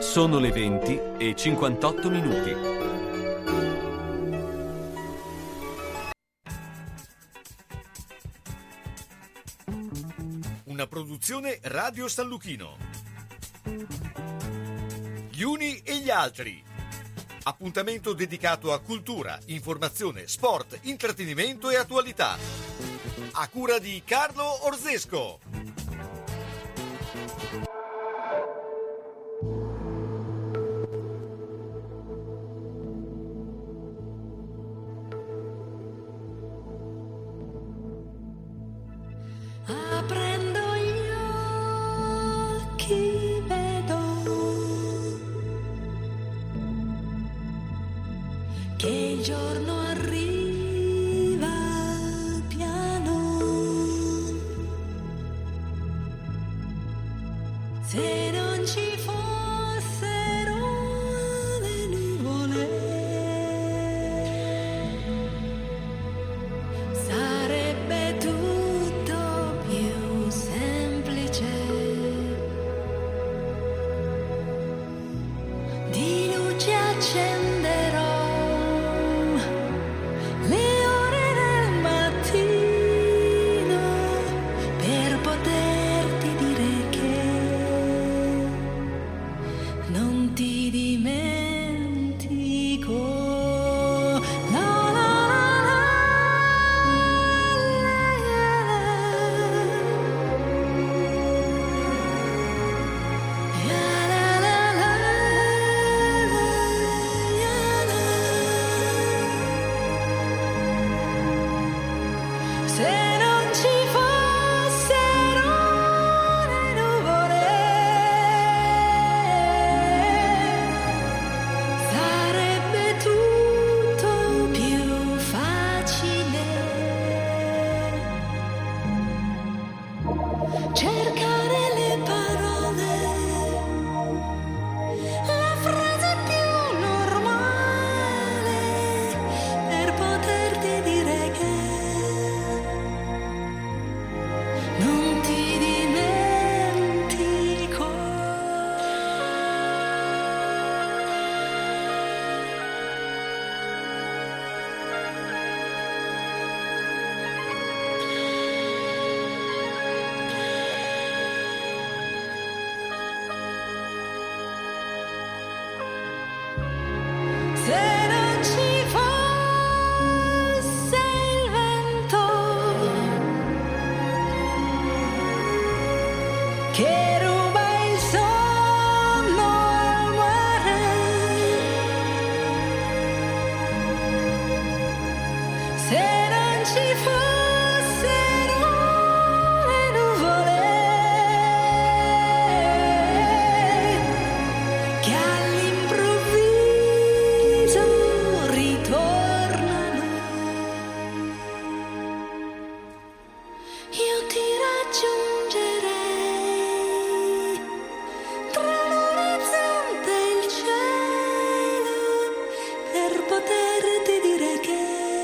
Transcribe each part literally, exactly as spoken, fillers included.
Sono le venti e cinquantotto minuti. Una produzione Radio San Luchino. Gli uni e gli altri. Appuntamento dedicato a cultura, informazione, sport, intrattenimento e attualità. A cura di Carlo Orzesco. Aprendo gli occhi vedo che il giorno arriva piano. Se non ci fossero le nuvole sarebbe tutto più semplice. Di luce accenderò le ore del mattino per poterti dire che non ti dimentico. La, la, se non ci fossero le nuvole sarebbe tutto più facile. Cercare le parole, la frase più normale per poterti dire che non ti dimentico. Se non ci fosse il vento che ruba il sonno al mare, se non ci fossero le nuvole che all'improvviso ritornano, io ti raggiungerei tra l'orizzonte e il cielo per poterti dire che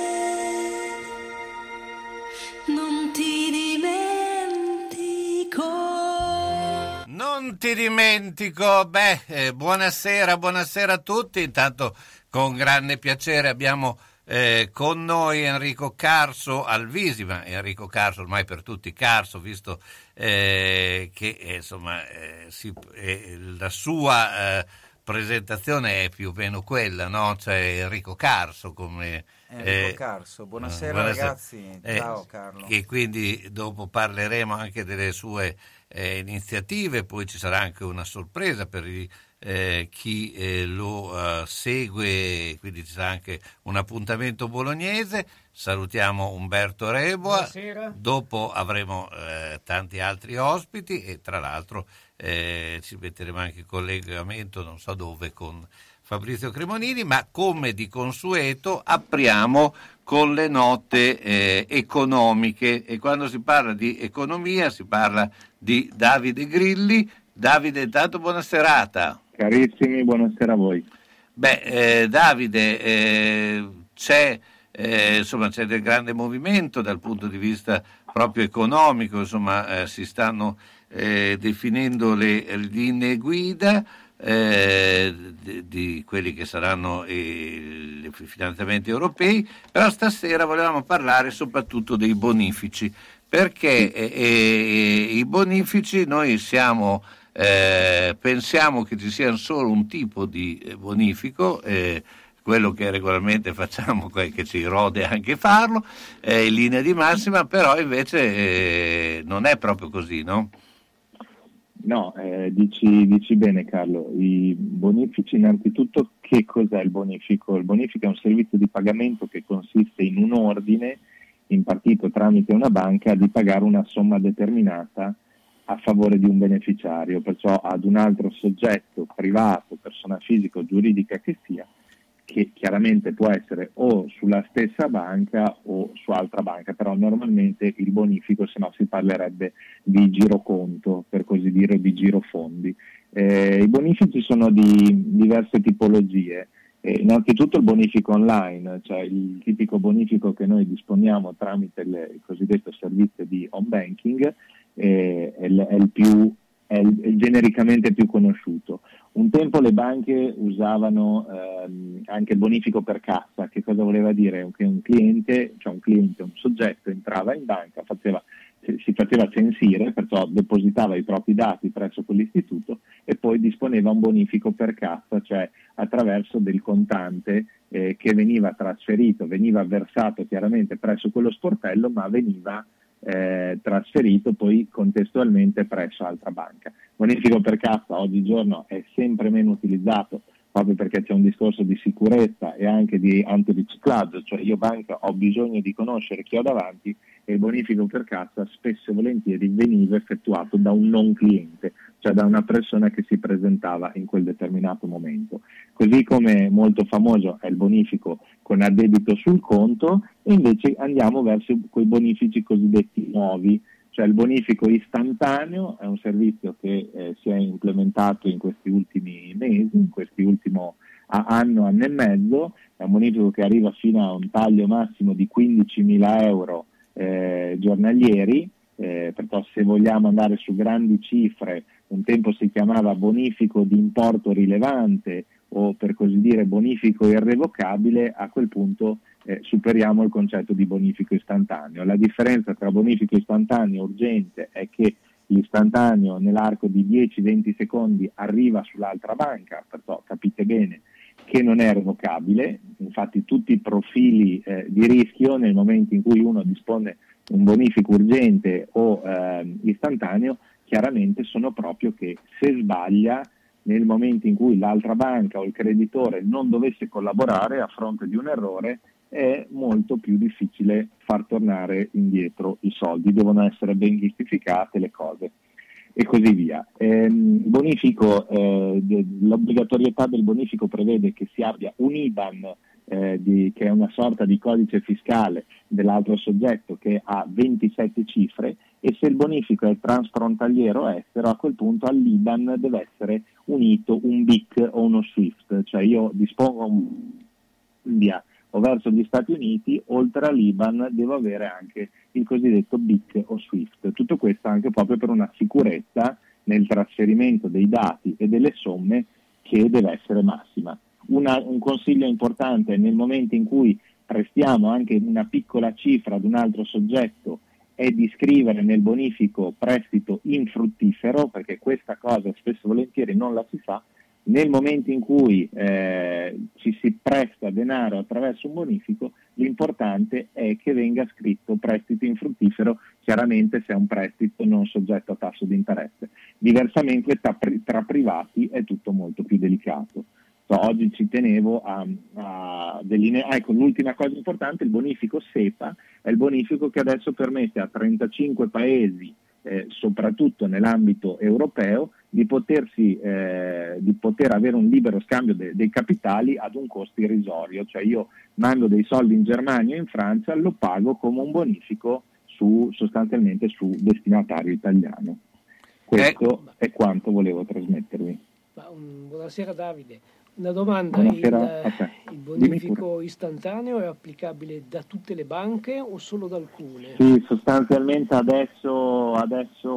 non ti dimentico. Non ti dimentico. Beh, eh, buonasera, buonasera a tutti. Intanto con grande piacere abbiamo eh, con noi Enrico Carso Alvisi, ma Enrico Carso ormai per tutti Carso, visto eh, che eh, insomma eh, si, eh, la sua eh, presentazione è più o meno quella, no? Cioè Enrico Carso come Enrico eh, Carso, buonasera, buonasera. ragazzi, Eh, ciao Carlo. E quindi dopo parleremo anche delle sue eh, iniziative, poi ci sarà anche una sorpresa per i, eh, chi eh, lo eh, segue, quindi ci sarà anche un appuntamento bolognese. Salutiamo Umberto Reboa. Buonasera. Dopo avremo eh, tanti altri ospiti e tra l'altro eh, ci metteremo anche in collegamento non so dove con Fabrizio Cremonini, ma come di consueto apriamo con le note eh, economiche, e quando si parla di economia si parla di Davide Grilli. Davide, intanto buona serata. Carissimi, buonasera a voi. Beh, eh, Davide, eh, c'è eh, insomma c'è del grande movimento dal punto di vista proprio economico, insomma eh, si stanno eh, definendo le linee guida. eh, di, di quelli che saranno i, i finanziamenti europei, però stasera volevamo parlare soprattutto dei bonifici, perché eh, eh, i bonifici noi siamo eh, pensiamo che ci sia solo un tipo di bonifico, eh, quello che regolarmente facciamo, che ci rode anche farlo, eh, in linea di massima, però invece eh, non è proprio così, no? No, eh, dici, dici bene Carlo, i bonifici innanzitutto che cos'è il bonifico? Il bonifico è un servizio di pagamento che consiste in un ordine impartito tramite una banca di pagare una somma determinata a favore di un beneficiario, perciò ad un altro soggetto privato, persona fisica o giuridica che sia, che chiaramente può essere o sulla stessa banca o su altra banca, però normalmente il bonifico, se no si parlerebbe di giroconto, per così dire, o di girofondi. Eh, I bonifici sono di diverse tipologie. Eh, innanzitutto il bonifico online, cioè il tipico bonifico che noi disponiamo tramite le, il cosiddetto servizio di home banking, eh, è, il, è il più è il, è il genericamente più conosciuto. Un tempo le banche usavano ehm, anche il bonifico per cassa. Che cosa voleva dire? Che un cliente, cioè un cliente, un soggetto entrava in banca, faceva, si faceva censire, perciò depositava i propri dati presso quell'istituto e poi disponeva un bonifico per cassa, cioè attraverso del contante eh, che veniva trasferito, veniva versato chiaramente presso quello sportello, ma veniva Eh, trasferito poi contestualmente presso altra banca. Bonifico per cassa oggigiorno è sempre meno utilizzato proprio perché c'è un discorso di sicurezza e anche di antiriciclaggio, cioè io banca ho bisogno di conoscere chi ho davanti e il bonifico per cassa spesso e volentieri veniva effettuato da un non cliente, cioè da una persona che si presentava in quel determinato momento. Così come molto famoso è il bonifico con addebito sul conto, e invece andiamo verso quei bonifici cosiddetti nuovi, cioè il bonifico istantaneo è un servizio che eh, si è implementato in questi ultimi mesi, in questi ultimo anno, anno e mezzo. È un bonifico che arriva fino a un taglio massimo di quindicimila euro eh, giornalieri, eh, perché se vogliamo andare su grandi cifre, un tempo si chiamava bonifico di importo rilevante o per così dire bonifico irrevocabile, a quel punto eh, superiamo il concetto di bonifico istantaneo. La differenza tra bonifico istantaneo e urgente è che l'istantaneo nell'arco di dieci venti secondi arriva sull'altra banca, perciò capite bene che non è revocabile. Infatti tutti i profili eh, di rischio nel momento in cui uno dispone un bonifico urgente o eh, istantaneo chiaramente sono proprio che se sbaglia nel momento in cui l'altra banca o il creditore non dovesse collaborare a fronte di un errore, è molto più difficile far tornare indietro i soldi, devono essere ben giustificate le cose e così via. Ehm, bonifico, eh, de, l'obbligatorietà del bonifico prevede che si abbia un I B A N eh, di, che è una sorta di codice fiscale dell'altro soggetto che ha ventisette cifre, e se il bonifico è transfrontaliero estero, a quel punto all'I B A N deve essere unito un B I C o uno SWIFT, cioè io dispongo un via o verso gli Stati Uniti, oltre all'I B A N devo avere anche il cosiddetto B I C o SWIFT. Tutto questo anche proprio per una sicurezza nel trasferimento dei dati e delle somme che deve essere massima. Una, un consiglio importante nel momento in cui prestiamo anche una piccola cifra ad un altro soggetto è di scrivere nel bonifico prestito infruttifero, perché questa cosa spesso e volentieri non la si fa. Nel momento in cui eh, ci si presta denaro attraverso un bonifico, l'importante è che venga scritto prestito infruttifero, chiaramente se è un prestito non soggetto a tasso di interesse. Diversamente tra, tra privati è tutto molto più delicato. So, oggi ci tenevo a, a delineare, ecco, l'ultima cosa importante, il bonifico SEPA è il bonifico che adesso permette a trentacinque paesi, eh, soprattutto nell'ambito europeo, di potersi eh, di poter avere un libero scambio de- dei capitali ad un costo irrisorio, cioè io mando dei soldi in Germania o in Francia, lo pago come un bonifico su, sostanzialmente su destinatario italiano. Questo eh. è quanto volevo trasmettervi. Ma, um, buonasera Davide. Una domanda, Buonasera, il, il bonifico istantaneo è applicabile da tutte le banche o solo da alcune? Sì, sostanzialmente adesso, adesso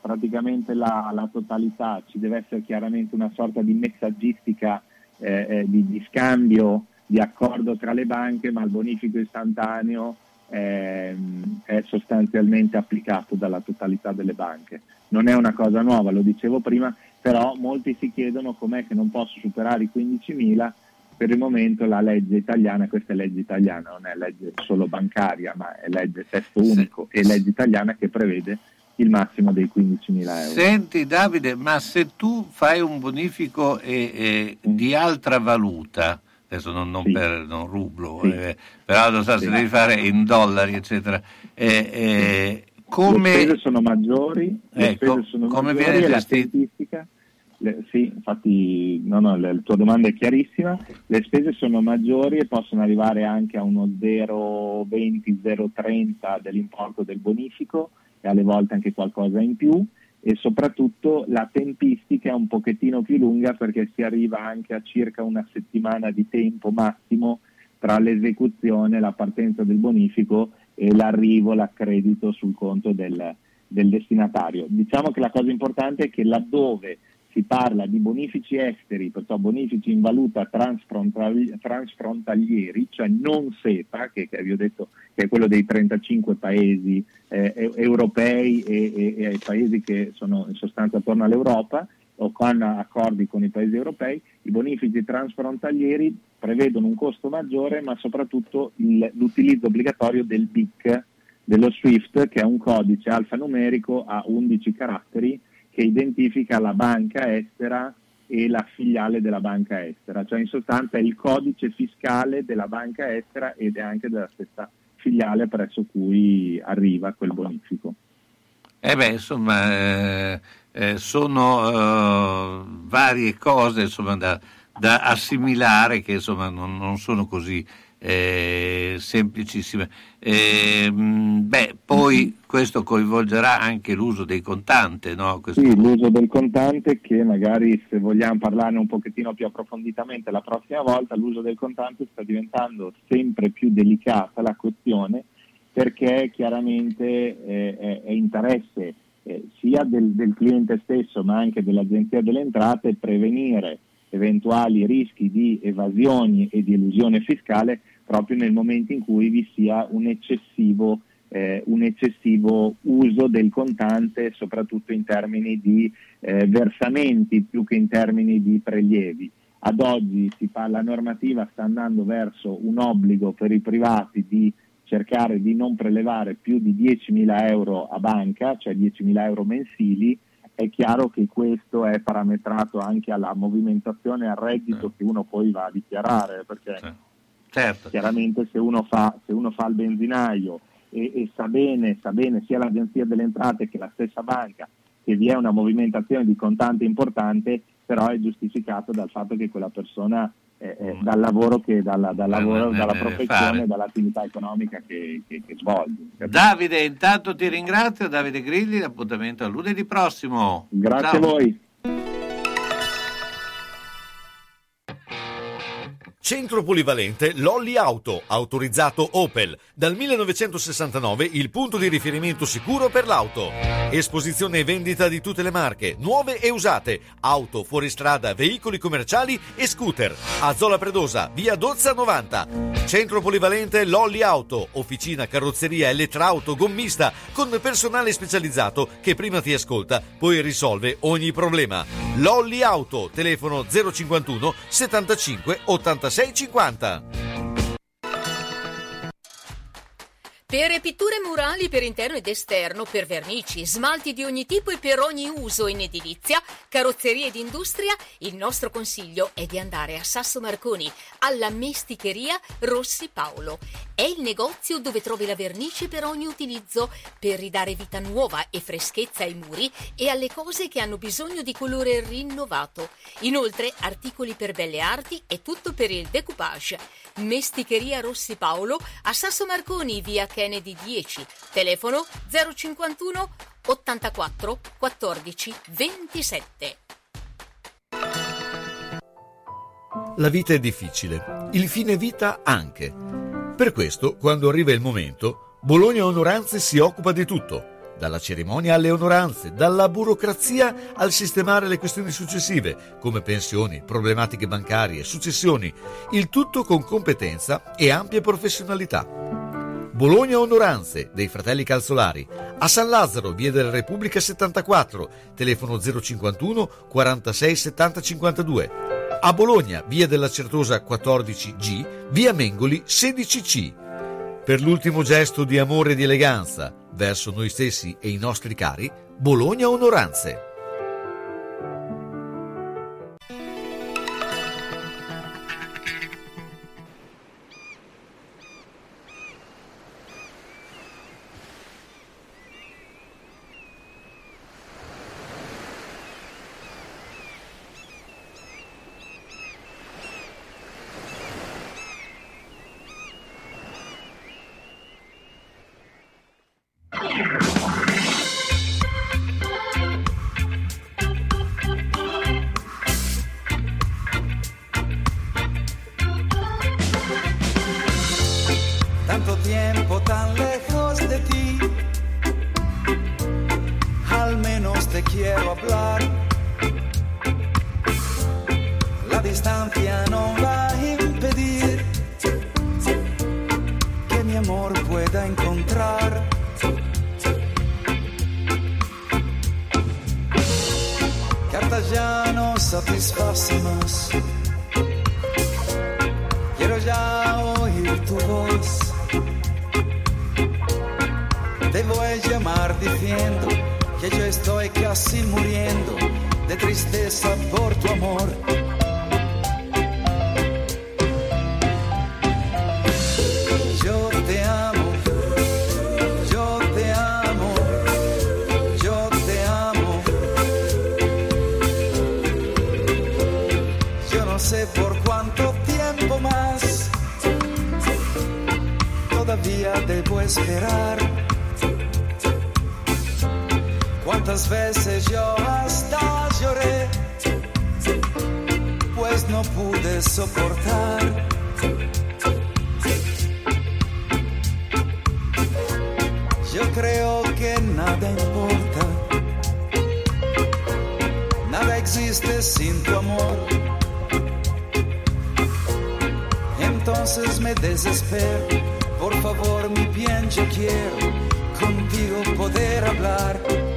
praticamente la, la totalità, ci deve essere chiaramente una sorta di messaggistica eh, eh, di, di scambio, di accordo tra le banche, ma il bonifico istantaneo eh, è sostanzialmente applicato dalla totalità delle banche. Non è una cosa nuova, lo dicevo prima, però molti si chiedono com'è che non posso superare i quindicimila. Per il momento la legge italiana, questa è legge italiana, non è legge solo bancaria, ma è legge testo unico e legge italiana che prevede il massimo dei quindicimila euro. Senti Davide, ma se tu fai un bonifico e, e di altra valuta, adesso non, non Sì. per non rublo, Sì. eh, però lo so, Sì. se devi fare in dollari eccetera, eh, eh, come... Le spese sono maggiori, le Ecco, spese sono come maggiori viene e la gestito? tempistica, le, sì, infatti no, no, la tua domanda è chiarissima, le spese sono maggiori e possono arrivare anche a uno zero virgola venti zero virgola trenta dell'importo del bonifico e alle volte anche qualcosa in più, e soprattutto la tempistica è un pochettino più lunga perché si arriva anche a circa una settimana di tempo massimo tra l'esecuzione, la partenza del bonifico e l'arrivo, l'accredito sul conto del, del destinatario. Diciamo che la cosa importante è che laddove si parla di bonifici esteri, perciò bonifici in valuta transfrontali- transfrontalieri, cioè non SEPA, che, che vi ho detto che è quello dei trentacinque paesi eh, europei e, e, e paesi che sono in sostanza attorno all'Europa o con accordi con i paesi europei, i bonifici transfrontalieri prevedono un costo maggiore, ma soprattutto il, l'utilizzo obbligatorio del B I C, dello SWIFT, che è un codice alfanumerico a undici caratteri che identifica la banca estera e la filiale della banca estera, cioè in sostanza è il codice fiscale della banca estera ed è anche della stessa filiale presso cui arriva quel bonifico. Eh beh, insomma, eh, eh, sono eh, varie cose insomma, da, da assimilare che insomma non, non sono così eh, semplicissime. Eh, beh, poi questo coinvolgerà anche l'uso dei contanti, no? Questo... Sì, l'uso del contante, che magari se vogliamo parlarne un pochettino più approfonditamente la prossima volta, l'uso del contante sta diventando sempre più delicata la questione, perché chiaramente eh, è, è interesse eh, sia del, del cliente stesso ma anche dell'Agenzia delle Entrate prevenire eventuali rischi di evasioni e di elusione fiscale proprio nel momento in cui vi sia un eccessivo, eh, un eccessivo uso del contante, soprattutto in termini di eh, versamenti più che in termini di prelievi. Ad oggi si parla, la normativa sta andando verso un obbligo per i privati di cercare di non prelevare più di diecimila euro a banca, cioè diecimila euro mensili. È chiaro che questo è parametrato anche alla movimentazione, al reddito che uno poi va a dichiarare, perché certo. Chiaramente se uno fa, se uno fa il benzinaio e, e sa bene, sa bene sia l'Agenzia delle Entrate che la stessa banca che vi è una movimentazione di contante importante, però è giustificato dal fatto che quella persona eh, eh, dal lavoro che dalla, dal lavoro, ne dalla deve professione, fare. dall'attività economica che, che, che svolge. Davide, intanto ti ringrazio, Davide Grilli, l'appuntamento a lunedì prossimo. Grazie Ciao. a voi. Centro polivalente Lolli Auto, autorizzato Opel. Dal millenovecentosessantanove il punto di riferimento sicuro per l'auto. Esposizione e vendita di tutte le marche, nuove e usate, auto, fuoristrada, veicoli commerciali e scooter. A Zola Predosa, via Dozza novanta. Centro polivalente Lolli Auto, officina, carrozzeria, elettrauto, gommista, con personale specializzato che prima ti ascolta, poi risolve ogni problema. Lolli Auto, telefono zero cinquantuno settantacinque ottantasei cinquanta. Per pitture murali per interno ed esterno, per vernici, smalti di ogni tipo e per ogni uso in edilizia, carrozzerie ed industria, il nostro consiglio è di andare a Sasso Marconi, alla Mesticheria Rossi Paolo. È il negozio dove trovi la vernice per ogni utilizzo, per ridare vita nuova e freschezza ai muri e alle cose che hanno bisogno di colore rinnovato. Inoltre, articoli per belle arti e tutto per il decoupage. Mesticheria Rossi Paolo a Sasso Marconi, via Kennedy dieci, telefono zero cinquantuno ottantaquattro quattordici ventisette. La vita è difficile, il fine vita anche. Per questo, quando arriva il momento, Bologna Onoranze si occupa di tutto. dalla cerimonia alle onoranze, dalla burocrazia al sistemare le questioni successive, come pensioni, problematiche bancarie, successioni, il tutto con competenza e ampie professionalità. Bologna Onoranze dei Fratelli Calzolari, a San Lazzaro, via della Repubblica settantaquattro, telefono zero cinquantuno quarantasei settanta cinquantadue. A Bologna, via della Certosa quattordici G, via Mengoli sedici C. Per l'ultimo gesto di amore e di eleganza verso noi stessi e i nostri cari, Bologna Onoranze. Tanto tiempo tan lejos de ti, al menos te quiero hablar. La distancia no va a impedir que mi amor pueda encontrar cartas ya no satisfacen más. Quiero ya oír tu voz. Te voy a llamar diciendo que yo estoy casi muriendo de tristeza por tu amor. Yo te amo, yo te amo, yo te amo. Yo no sé por cuánto tiempo más todavía debo esperar. Cuántas veces yo hasta lloré, pues no pude soportar. Yo creo que nada importa, nada existe sin tu amor. Entonces me desespero, por favor mi bien, yo quiero contigo poder hablar.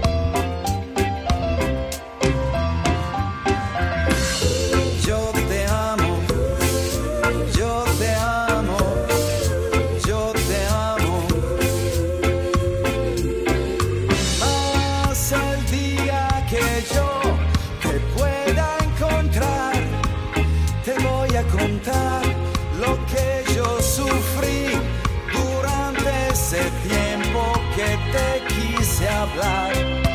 Lo que yo sufrí durante ese tiempo que te quise hablar.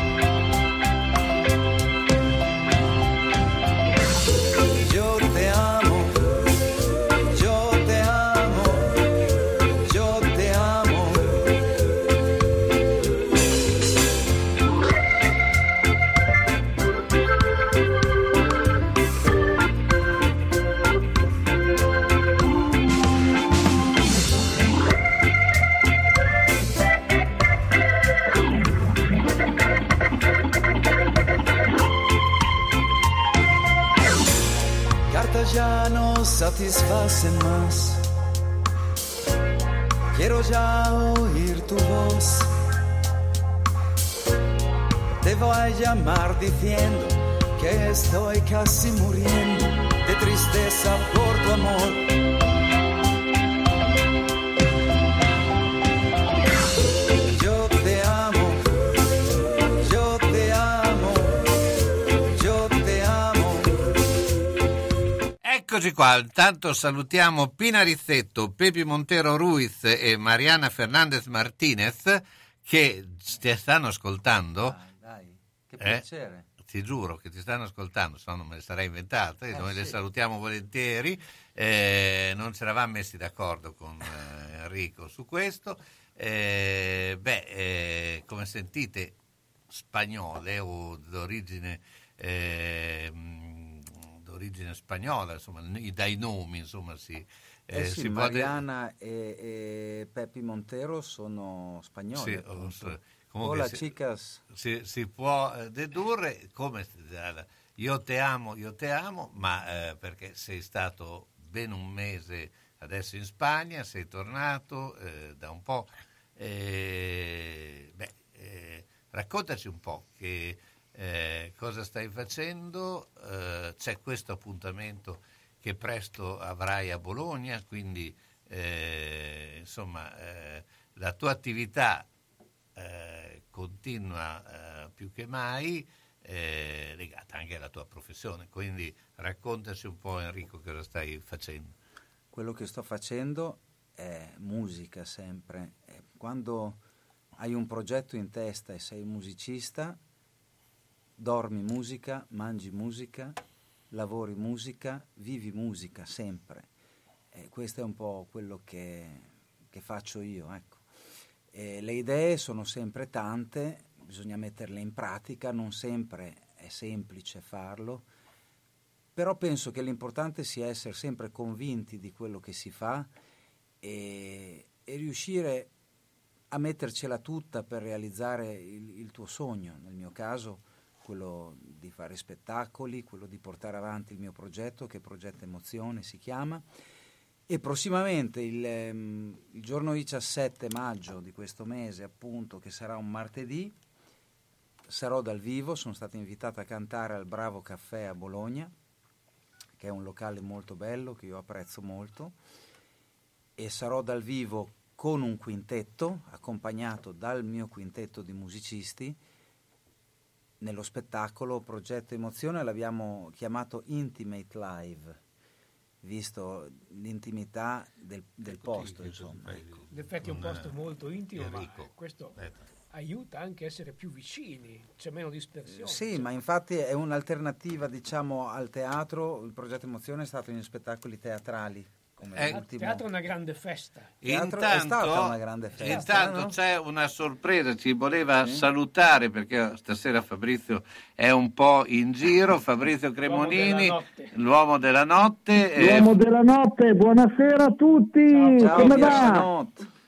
Yo te amo, yo te amo, yo te amo. Ya no satisfacen más. Quiero ya oír tu voz. Te voy a llamar diciendo que estoy casi muriendo de tristeza por tu amor. Yo te amo, yo te amo, yo te amo. Eccoci qua, intanto salutiamo Pina Rizzetto, Pepi Montero Ruiz e Mariana Fernandez Martinez che ti stanno ascoltando. Dai, dai, che piacere. Eh, ti giuro che ti stanno ascoltando, se no non me le sarei inventate, eh, noi sì. Le salutiamo volentieri, eh, non ci eravamo messi d'accordo con eh, Enrico su questo. Eh, beh, eh, come sentite, spagnole o d'origine... Eh, origine spagnola, insomma, dai nomi, insomma, si, eh, eh, sì, si Mariana può... e, e Pepi Montero sono spagnoli. Sì, comunque Hola, si, chicas. Si, si può dedurre come io te amo, io te amo, ma eh, perché sei stato ben un mese adesso in Spagna, sei tornato eh, da un po'. Eh, beh, eh, raccontaci un po' che, eh, cosa stai facendo. Eh, c'è questo appuntamento che presto avrai a Bologna, quindi eh, insomma eh, la tua attività eh, continua eh, più che mai, eh, legata anche alla tua professione, quindi raccontaci un po', Enrico, cosa stai facendo. Quello che sto facendo è musica sempre. Quando hai un progetto in testa e sei musicista, dormi musica, mangi musica, lavori musica, vivi musica sempre. E questo è un po' quello che, che faccio io, ecco. E le idee sono sempre tante, bisogna metterle in pratica, non sempre è semplice farlo, però penso che l'importante sia essere sempre convinti di quello che si fa e, e riuscire a mettercela tutta per realizzare il, il tuo sogno, nel mio caso quello di fare spettacoli, quello di portare avanti il mio progetto, che Progetto Emozione si chiama, e prossimamente il, um, il giorno diciassette maggio di questo mese, appunto, che sarà un martedì, sarò dal vivo, sono stata invitata a cantare al Bravo Caffè a Bologna, che è un locale molto bello, che io apprezzo molto, e sarò dal vivo con un quintetto, accompagnato dal mio quintetto di musicisti. Nello spettacolo Progetto Emozione l'abbiamo chiamato Intimate Live, visto l'intimità del, del posto, insomma. Ecco. In effetti è un posto molto intimo, ma questo eh. aiuta anche a essere più vicini, c'è meno dispersione. Sì, ma infatti è un'alternativa, diciamo, al teatro. Il Progetto Emozione è stato in spettacoli teatrali. Il teatro è una grande festa. Intanto, è stata una grande festa, intanto no? C'è una sorpresa, ci voleva sì. salutare perché stasera Fabrizio è un po' in giro. Fabrizio Cremonini, l'uomo della notte. L'uomo della notte, buonasera a tutti. Ciao, ciao, come va?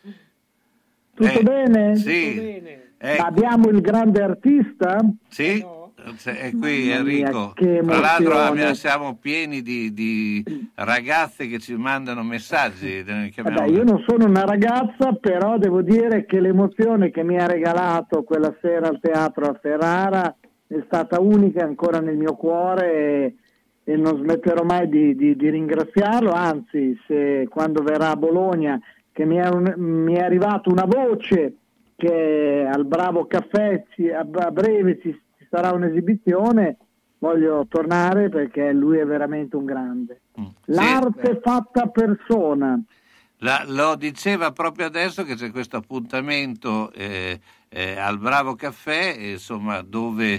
Tutto eh, bene? Sì. Tutto bene. Eh, abbiamo il grande artista? Sì. No. È qui Enrico, mia, tra l'altro abbiamo, siamo pieni di, di ragazze che ci mandano messaggi. Vabbè, io non sono una ragazza, però devo dire che l'emozione che mi ha regalato quella sera al teatro a Ferrara è stata unica ancora nel mio cuore e, e non smetterò mai di, di, di ringraziarlo, anzi se quando verrà a Bologna che mi è, un, mi è arrivata una voce che al Bravo Caffè ci, a, a breve ci sarà un'esibizione, voglio tornare perché lui è veramente un grande. Mm. L'arte sì. fatta persona. La, lo diceva proprio adesso che c'è questo appuntamento eh, eh, al Bravo Caffè, insomma, dove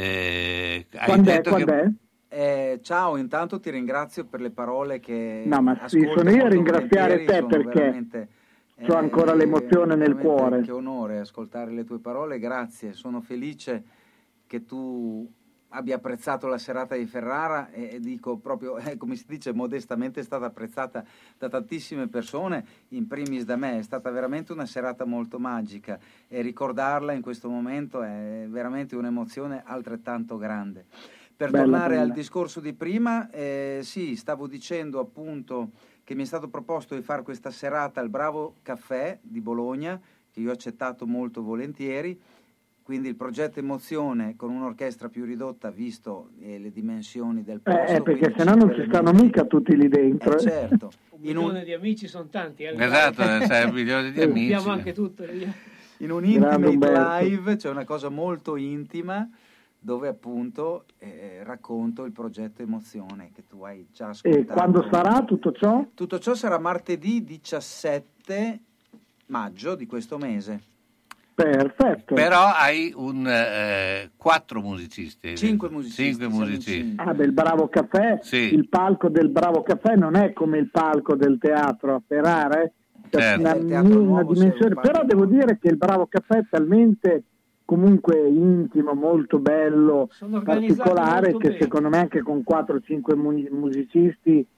eh, hai quando detto è, che... Eh, ciao, intanto ti ringrazio per le parole che no, ma sì, sono io a ringraziare te perché ho ancora eh, l'emozione nel cuore. Che onore ascoltare le tue parole, grazie, sono felice che tu abbia apprezzato la serata di Ferrara e, e dico proprio, eh, come si dice, modestamente è stata apprezzata da tantissime persone, in primis da me. È stata veramente una serata molto magica e ricordarla in questo momento è veramente un'emozione altrettanto grande. Per bella, tornare bella. al discorso di prima, eh, sì, stavo dicendo appunto che mi è stato proposto di fare questa serata al Bravo Caffè di Bologna, che io ho accettato molto volentieri. Quindi il Progetto Emozione con un'orchestra più ridotta, visto eh, le dimensioni del posto. Eh, perché sennò non ci stanno mica tutti lì dentro. Eh, certo. Un milione un... di amici sono tanti. Eh, esatto, c'è un milione di amici. Abbiamo anche tutto. In un Intimate Live c'è una cosa molto intima dove appunto eh, racconto il Progetto Emozione che tu hai già ascoltato. E quando sarà tutto ciò? Tutto ciò sarà martedì diciassette maggio di questo mese. Perfetto. Però hai un eh, quattro musicisti. Cinque musicisti. Cinque musicisti. Ah, del Bravo Caffè. Sì. Il palco del Bravo Caffè non è come il palco del teatro a Ferrara, eh? C'è certo. una, una dimensione. Però devo dire che il Bravo Caffè è talmente comunque intimo, molto bello, particolare, che bene. Secondo me anche con quattro o cinque musicisti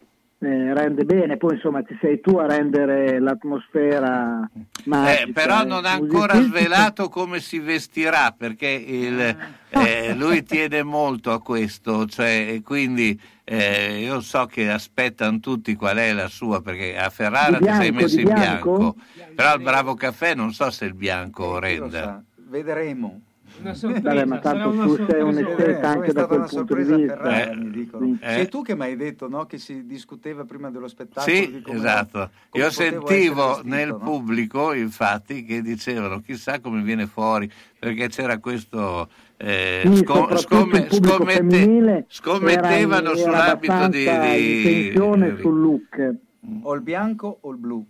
eh, rende bene, poi insomma ci sei tu a rendere l'atmosfera magica. Eh, però non ha ancora svelato come si vestirà, perché il, eh, lui tiene molto a questo, cioè, e quindi eh, io so che aspettano tutti qual è la sua, perché a Ferrara Di bianco, ti sei messo di in bianco? bianco, però al Bravo Caffè non so se il bianco renda. Vedremo. Una sorpresa, Vabbè, ma sarà tanto una tu sei un sorpresa. esteta anche è da stata quel una punto di sorpresa vista. a Ferrara, Eh, mi dicono. sì. Eh. Sei tu che mi hai detto, no, che si discuteva prima dello spettacolo Sì, di come- esatto. come Io potevo sentivo essere vestito, nel no? pubblico, infatti, che dicevano chissà come viene fuori, perché c'era questo eh, Sì, scom- soprattutto scomme- il pubblico scommette- femminile scommettevano era- era sull'abito di, abbastanza di- in tensione di- sul look. O il bianco o il blu?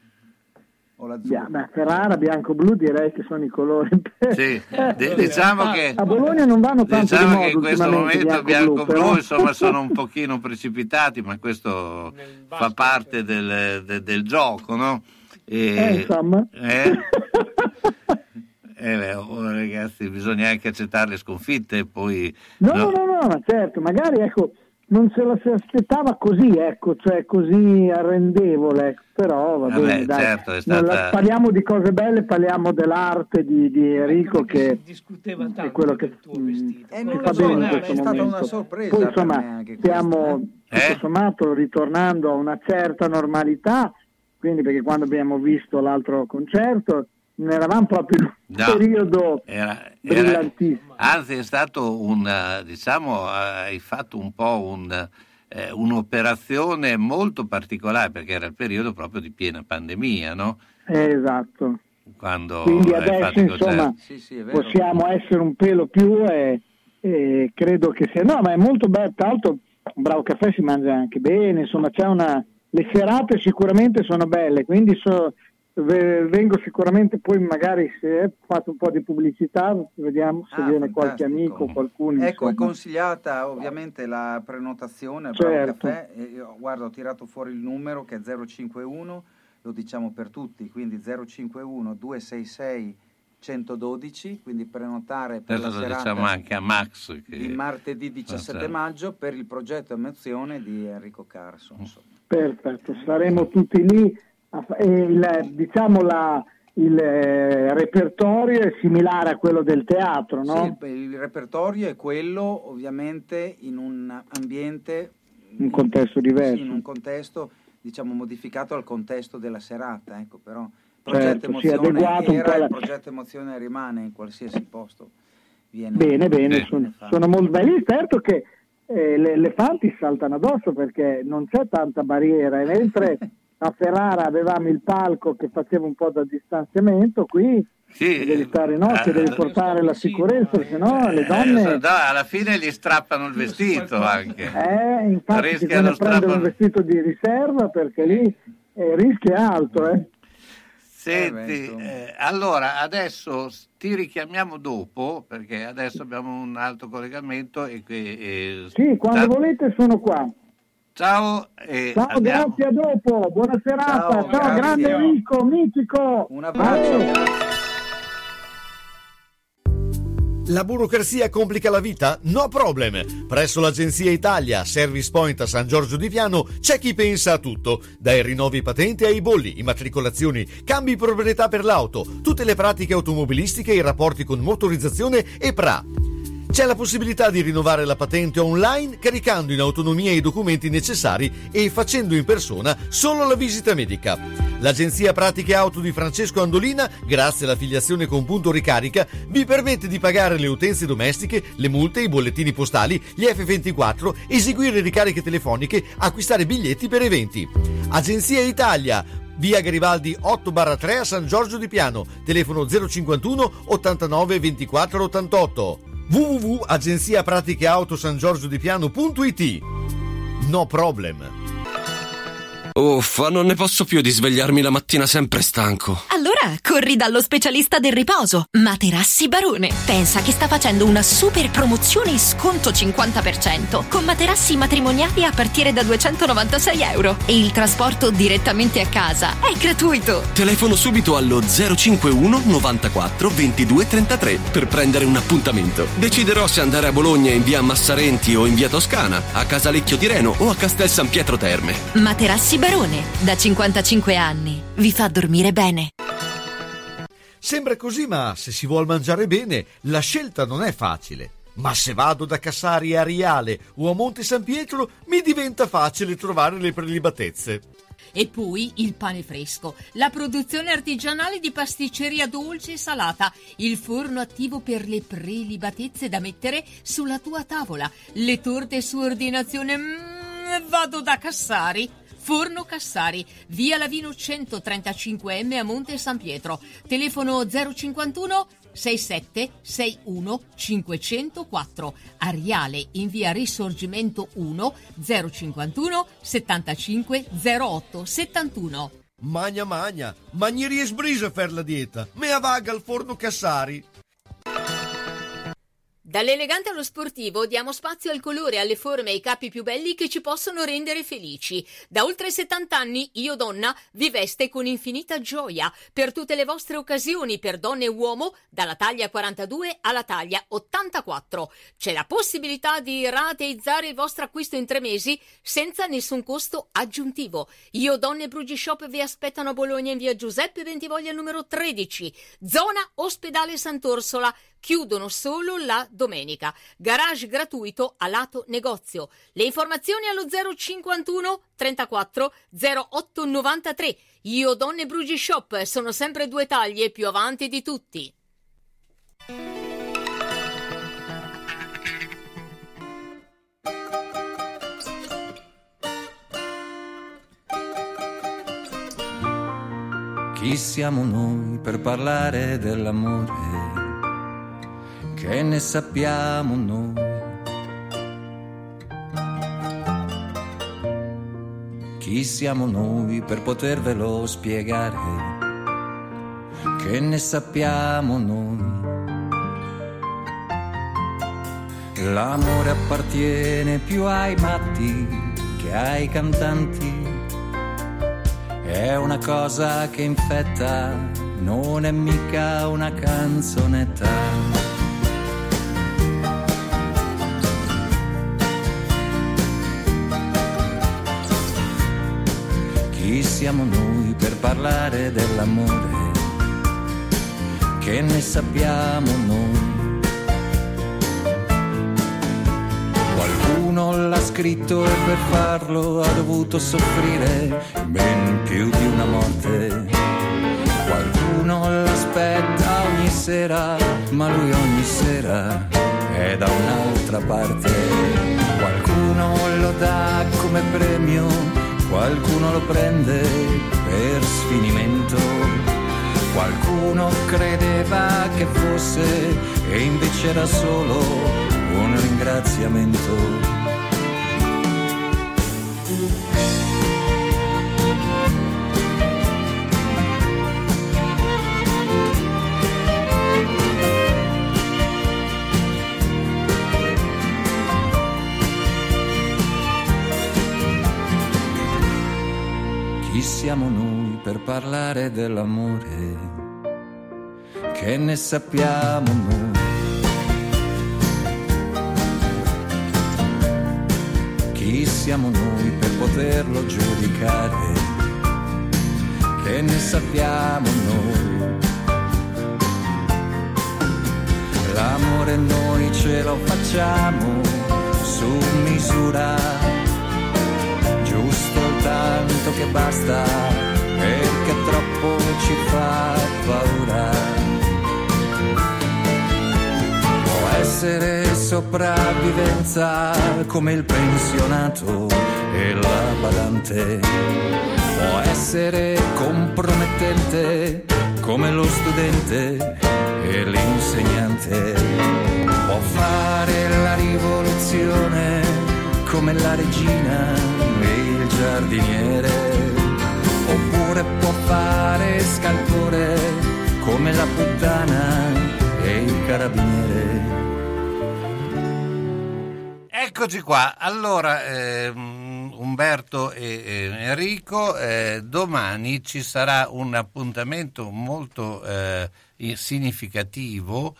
O l'azzurro? Bia- beh, Ferrara, bianco-blu direi che sono i colori. Sì, di- diciamo che A Bologna non vanno tanto diciamo di moda che in questo ultimamente, momento bianco-blu, bianco-blu però. insomma sono un pochino precipitati, ma questo fa parte del, del- del gioco, no? E- Eh, insomma. eh? Eh, beh, oh, ragazzi, bisogna anche accettare le sconfitte e poi No, no. no, no, ma certo, magari ecco, non se la si aspettava così, ecco, cioè così arrendevole, ecco, però va Vabbè, bene, dai. certo, è Non la- stata- parliamo di cose belle, parliamo dell'arte di, di Enrico Perché che si discuteva tanto è quello che del tuo vestito. Eh, mi non fa lo so, bene in è questo stata momento. una sorpresa Poi per insomma me anche questa, stiamo eh. tutto sommato ritornando a una certa normalità, quindi perché quando abbiamo visto l'altro concerto non eravamo proprio in un No, periodo era, era- brillantissimo. anzi è stato un, eh, diciamo, hai fatto un po' un, eh, un'operazione molto particolare, perché era il periodo proprio di piena pandemia, no? Eh, esatto. Quando Quindi hai adesso fatto i concerti. insomma Sì, sì, è vero. possiamo essere un pelo più e, e credo che sia no, ma è molto bello, tra l'altro un Bravo Caffè si mangia anche bene, insomma c'è una le serate sicuramente sono belle, quindi so, ve- vengo sicuramente poi magari se fate un po' di pubblicità, vediamo se Ah, viene qualche fantastico. amico, qualcuno. Ecco, è insomma. consigliata ovviamente la prenotazione al Bravo Certo. Caffè. E io, guarda, ho tirato fuori il numero che è zero cinquantuno, lo diciamo per tutti, quindi zero cinquantuno duecentosessantasei centododici, quindi prenotare per Adesso la lo serata diciamo anche a Max che- di martedì diciassette Certo. maggio per il progetto Emozione di Enrico Carso. Insomma. Perfetto, saremo tutti lì. A fa- e il, diciamo la, il eh, repertorio è similare a quello del teatro, no? Sì, il repertorio è quello ovviamente in un ambiente, Un contesto diverso. sì, in un contesto diciamo modificato al contesto della serata, ecco, però il progetto Certo, sì, Emozione adeguato un po' era, alla- il progetto Emozione rimane in qualsiasi posto. Viene, Bene, bene, Sì. sono, sono molto belli. Certo che eh, le elefanti saltano addosso perché non c'è tanta barriera, e mentre a Ferrara avevamo il palco che faceva un po' da distanziamento, qui Sì, devi stare in occhio, eh, devi portare la sicurezza, se no le donne... Eh, no, alla fine gli strappano il vestito anche. Eh, infatti Rischiano bisogna prendere strappo- un vestito di riserva perché lì eh, il rischio è alto, eh. Senti, Eh, beh, insomma. eh, allora adesso ti richiamiamo dopo, perché adesso abbiamo un altro collegamento e, que- e- Sì, quando ta- volete sono qua. ciao e Ciao, andiamo. grazie, a dopo, buona serata, Ciao, ciao, grazie. grande Enrico, mitico. Un abbraccio. Ale. La burocrazia complica la vita? No problem! Presso l'Agenzia Italia Service Point a San Giorgio di Piano c'è chi pensa a tutto, dai rinnovi patente ai bolli, immatricolazioni, cambi proprietà per l'auto, tutte le pratiche automobilistiche e i rapporti con motorizzazione e P R A. C'è la possibilità di rinnovare la patente online caricando in autonomia i documenti necessari e facendo in persona solo la visita medica. L'Agenzia Pratiche Auto di Francesco Andolina, grazie all'affiliazione con Punto Ricarica, vi permette di pagare le utenze domestiche, le multe, i bollettini postali, gli F ventiquattro, eseguire ricariche telefoniche, acquistare biglietti per eventi. Agenzia Italia, via Garibaldi otto barra tre a San Giorgio di Piano, telefono zero cinquantuno ottantanove ventiquattro ottantotto. w w w punto agenzia pratiche auto san giorgio di piano punto i t. No problem. Uffa, non ne posso più di svegliarmi la mattina sempre stanco. Allora Ah, corri dallo specialista del riposo, Materassi Barone. Pensa che sta facendo una super promozione e sconto cinquanta per cento con materassi matrimoniali a partire da duecentonovantasei euro e il trasporto direttamente a casa è gratuito. Telefono subito allo zero cinquantuno novantaquattro ventidue trentatré per prendere un appuntamento. Deciderò se andare a Bologna in via Massarenti o in via Toscana, a Casalecchio di Reno o a Castel San Pietro Terme. Materassi Barone, da cinquantacinque anni, vi fa dormire bene. Sembra così, ma se si vuol mangiare bene, la scelta non è facile. Ma se vado da Cassari a Riale o a Monte San Pietro, mi diventa facile trovare le prelibatezze. E poi il pane fresco, la produzione artigianale di pasticceria dolce e salata, il forno attivo per le prelibatezze da mettere sulla tua tavola, le torte su ordinazione. Mm, vado da Cassari. Forno Cassari, via Lavino centotrentacinque M a Monte San Pietro. Telefono zero cinquantuno sessantasette sessantuno cinquecentoquattro. A Riale in via Risorgimento uno zero cinquantuno settantacinque zero otto settantuno. Magna magna, magnerie sbrise per la dieta. Mea vaga al Forno Cassari. Dall'elegante allo sportivo diamo spazio al colore, alle forme e ai capi più belli che ci possono rendere felici. Da oltre settanta anni Io Donna vi veste con infinita gioia per tutte le vostre occasioni, per donne e uomo, dalla taglia quarantadue alla taglia ottantaquattro. C'è la possibilità di rateizzare il vostro acquisto in tre mesi senza nessun costo aggiuntivo. Io Donne Brugi Shop vi aspettano a Bologna in via Giuseppe Bentivoglia numero tredici, zona Ospedale Sant'Orsola. Chiudono solo la domenica. Garage gratuito a lato negozio. Le informazioni allo zero cinquantuno trentaquattro zero otto novantatré. Io Donne Brugi Shop, sono sempre due taglie più avanti di tutti. Chi siamo noi per parlare dell'amore? Che ne sappiamo noi? Chi siamo noi per potervelo spiegare? Che ne sappiamo noi? L'amore appartiene più ai matti che ai cantanti. È una cosa che infetta, non è mica una canzonetta. Chi siamo noi per parlare dell'amore? Che ne sappiamo noi? Qualcuno l'ha scritto e per farlo ha dovuto soffrire ben più di una morte. Qualcuno l'aspetta ogni sera, ma lui ogni sera è da un'altra parte. Qualcuno lo dà come premio, qualcuno lo prende per sfinimento, qualcuno credeva che fosse e invece era solo un ringraziamento. Siamo noi per parlare dell'amore? Che ne sappiamo noi? Chi siamo noi per poterlo giudicare? Che ne sappiamo noi? L'amore noi ce lo facciamo su misura, giusto tanto che basta, perché troppo ci fa paura. Può essere sopravvivenza come il pensionato e la badante, può essere compromettente come lo studente e l'insegnante, può fare la rivoluzione come la regina e il giardiniere, oppure può fare scalpore puttana e il carabiniere. Eccoci qua, allora ehm, Umberto e, e Enrico, eh, domani ci sarà un appuntamento molto eh, significativo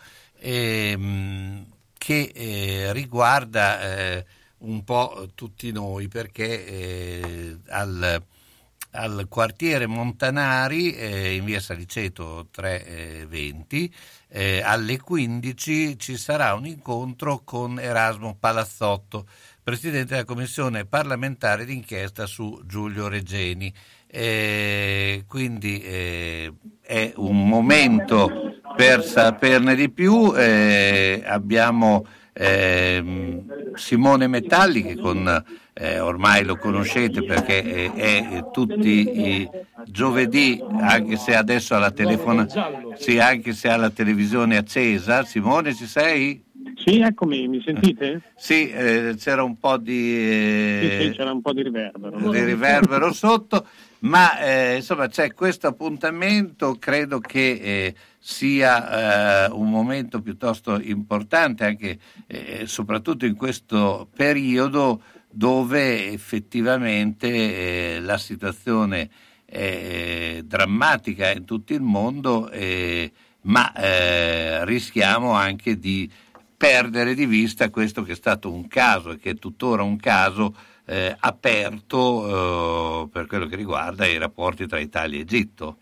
ehm, che eh, riguarda eh, un po' tutti noi, perché eh, al, al quartiere Montanari eh, in via Saliceto trecentoventi eh, alle quindici ci sarà un incontro con Erasmo Palazzotto, presidente della commissione parlamentare d'inchiesta su Giulio Regeni. Eh, quindi eh, è un momento per saperne di più. Eh, abbiamo eh, Simone Metalli che con eh, ormai lo conoscete perché è, è tutti i giovedì, anche se adesso ha la telefona, sì, anche se ha la televisione accesa. Simone, ci sei? Sì, eccomi, mi sentite? Sì, eh, c'era un po' di eh, sì, sì, c'era un po' di riverbero. Di riverbero sotto, ma eh, insomma c'è questo appuntamento, credo che eh, sia eh, un momento piuttosto importante anche eh, soprattutto in questo periodo dove effettivamente eh, la situazione è drammatica in tutto il mondo, eh, ma eh, rischiamo anche di perdere di vista questo che è stato un caso e che è tuttora un caso eh, aperto eh, per quello che riguarda i rapporti tra Italia e Egitto.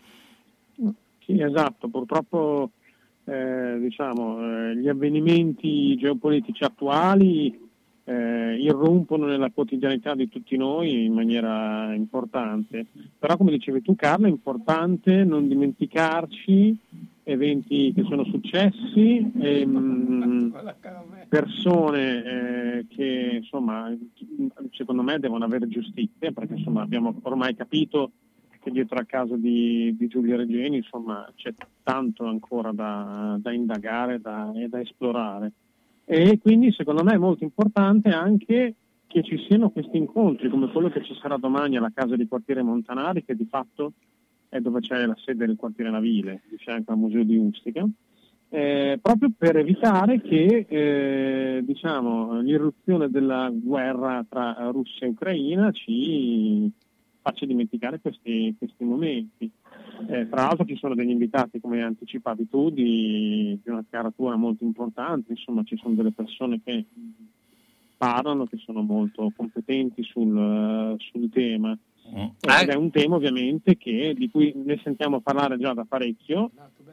Sì, esatto, purtroppo eh, diciamo eh, gli avvenimenti geopolitici attuali eh, irrompono nella quotidianità di tutti noi in maniera importante, però come dicevi tu Carlo è importante non dimenticarci eventi che sono successi, e, mh, persone eh, che insomma secondo me devono avere giustizia, perché insomma abbiamo ormai capito che dietro al caso di, di Giulio Regeni insomma c'è tanto ancora da, da indagare da, e da esplorare, e quindi secondo me è molto importante anche che ci siano questi incontri come quello che ci sarà domani alla casa di quartiere Montanari, che di fatto è dove c'è la sede del quartiere navile, di fianco al museo di Ustica, eh, proprio per evitare che eh, diciamo, l'irruzione della guerra tra Russia e Ucraina ci faccia dimenticare questi, questi momenti. Eh, tra l'altro ci sono degli invitati, come anticipavi tu, di, di una caratura molto importante, insomma ci sono delle persone che parlano, che sono molto competenti sul, sul tema. Ed è un tema ovviamente che, di cui ne sentiamo parlare già da parecchio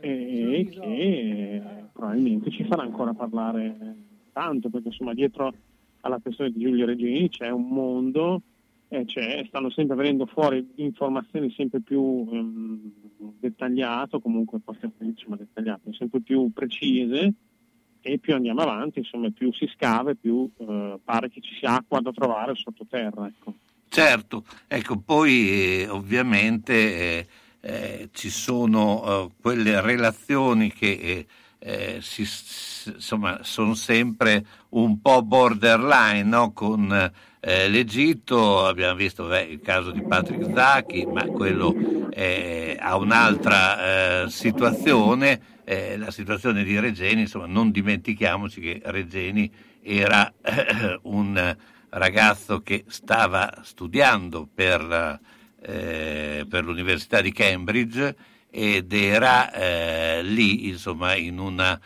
e che probabilmente ci farà ancora parlare tanto, perché insomma dietro alla questione di Giulio Regeni c'è un mondo, eh, c'è, stanno sempre venendo fuori informazioni sempre più um, dettagliate, comunque insomma, dettagliate, sempre più precise, e più andiamo avanti insomma più si scava e più uh, pare che ci sia acqua da trovare sottoterra, ecco. Certo, ecco, poi eh, ovviamente eh, eh, ci sono eh, quelle relazioni che eh, eh, si, s- insomma sono sempre un po' borderline, no? Con eh, l'Egitto abbiamo visto beh, il caso di Patrick Zaki, ma quello eh, ha un'altra eh, situazione, eh, la situazione di Regeni, insomma non dimentichiamoci che Regeni era eh, un ragazzo che stava studiando per, eh, per l'Università di Cambridge ed era eh, lì insomma in una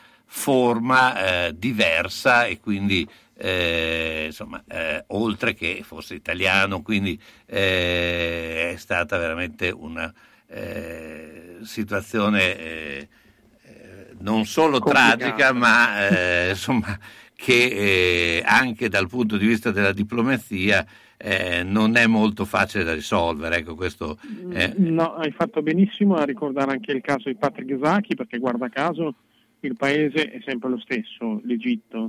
forma eh, diversa e quindi eh, insomma eh, oltre che fosse italiano, quindi eh, è stata veramente una eh, situazione eh, non solo complicata, tragica ma eh, insomma che eh, anche dal punto di vista della diplomazia eh, non è molto facile da risolvere. Ecco, questo eh. No, hai fatto benissimo a ricordare anche il caso di Patrick Zaki, perché guarda caso il paese è sempre lo stesso, l'Egitto.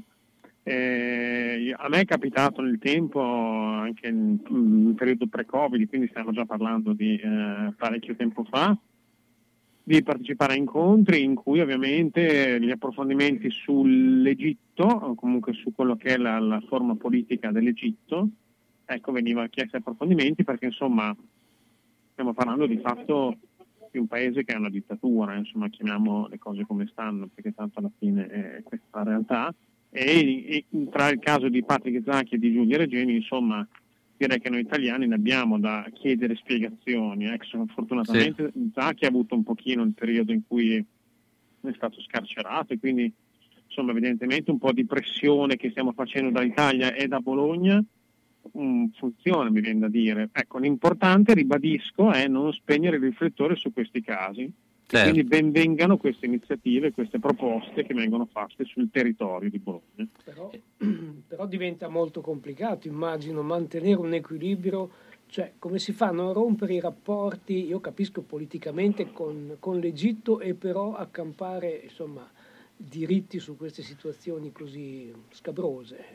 Eh, a me è capitato nel tempo, anche in, in periodo pre-Covid, quindi stiamo già parlando di eh, parecchio tempo fa, di partecipare a incontri in cui ovviamente gli approfondimenti sull'Egitto, o comunque su quello che è la, la forma politica dell'Egitto, ecco, veniva chiesto approfondimenti, perché insomma stiamo parlando di fatto di un paese che è una dittatura, insomma, chiamiamo le cose come stanno, perché tanto alla fine è questa la realtà. E, e tra il caso di Patrick Zaki e di Giulia Regeni, insomma, direi che noi italiani ne abbiamo da chiedere spiegazioni. Ecco, fortunatamente sì. Zaki ha avuto un pochino il periodo in cui è stato scarcerato e quindi insomma evidentemente un po' di pressione che stiamo facendo dall'Italia e da Bologna um, funziona, mi viene da dire. Ecco, l'importante, ribadisco, è non spegnere il riflettore su questi casi. Certo. Quindi benvengano queste iniziative, queste proposte che vengono fatte sul territorio di Bologna. Però, però diventa molto complicato, immagino, mantenere un equilibrio, cioè come si fa a non rompere i rapporti, io capisco politicamente, con, con l'Egitto e però accampare insomma diritti su queste situazioni così scabrose.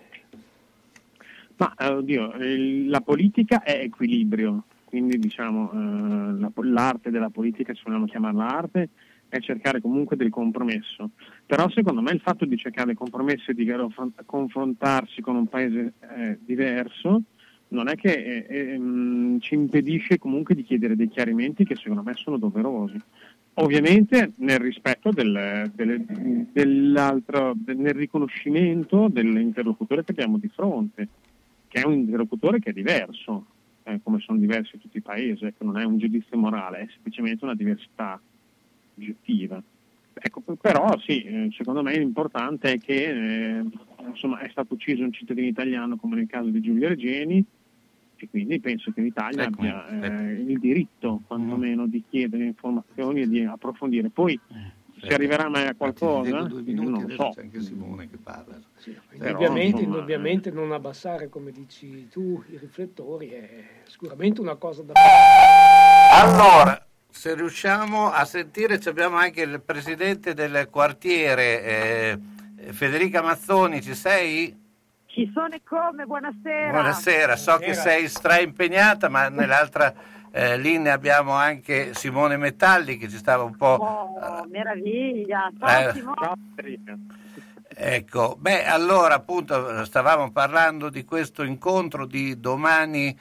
Ma oddio, la politica è equilibrio. Quindi diciamo eh, la, l'arte della politica, se vogliamo chiamarla arte, è cercare comunque del compromesso. Però secondo me il fatto di cercare del compromesso e di confrontarsi con un paese eh, diverso non è che eh, eh, ci impedisce comunque di chiedere dei chiarimenti che secondo me sono doverosi. Ovviamente nel rispetto del, del, dell'altro, del, nel riconoscimento dell'interlocutore che abbiamo di fronte, che è un interlocutore che è diverso. Come sono diversi tutti i paesi, ecco, non è un giudizio morale, è semplicemente una diversità oggettiva. Ecco, però sì, secondo me l'importante è che eh, insomma, è stato ucciso un cittadino italiano come nel caso di Giulia Regeni e quindi penso che l'Italia ecco, abbia eh, ecco. il diritto quantomeno di chiedere informazioni e di approfondire. Poi Eh, si arriverà mai a qualcosa? Due minuti, non lo so. C'è anche Simone che parla. Sì, Però, indubbiamente, insomma, indubbiamente non abbassare, come dici tu, i riflettori è sicuramente una cosa da fare. Allora, se riusciamo a sentire, abbiamo anche il presidente del quartiere, eh, Federica Mazzoni, ci sei? Ci sono e come, buonasera. Buonasera, so Buonasera. che sei straimpegnata, ma nell'altra eh, linea abbiamo anche Simone Metalli che ci stava un po'... Oh, meraviglia, ciao Eh, Simone. Ecco, beh, allora appunto stavamo parlando di questo incontro di domani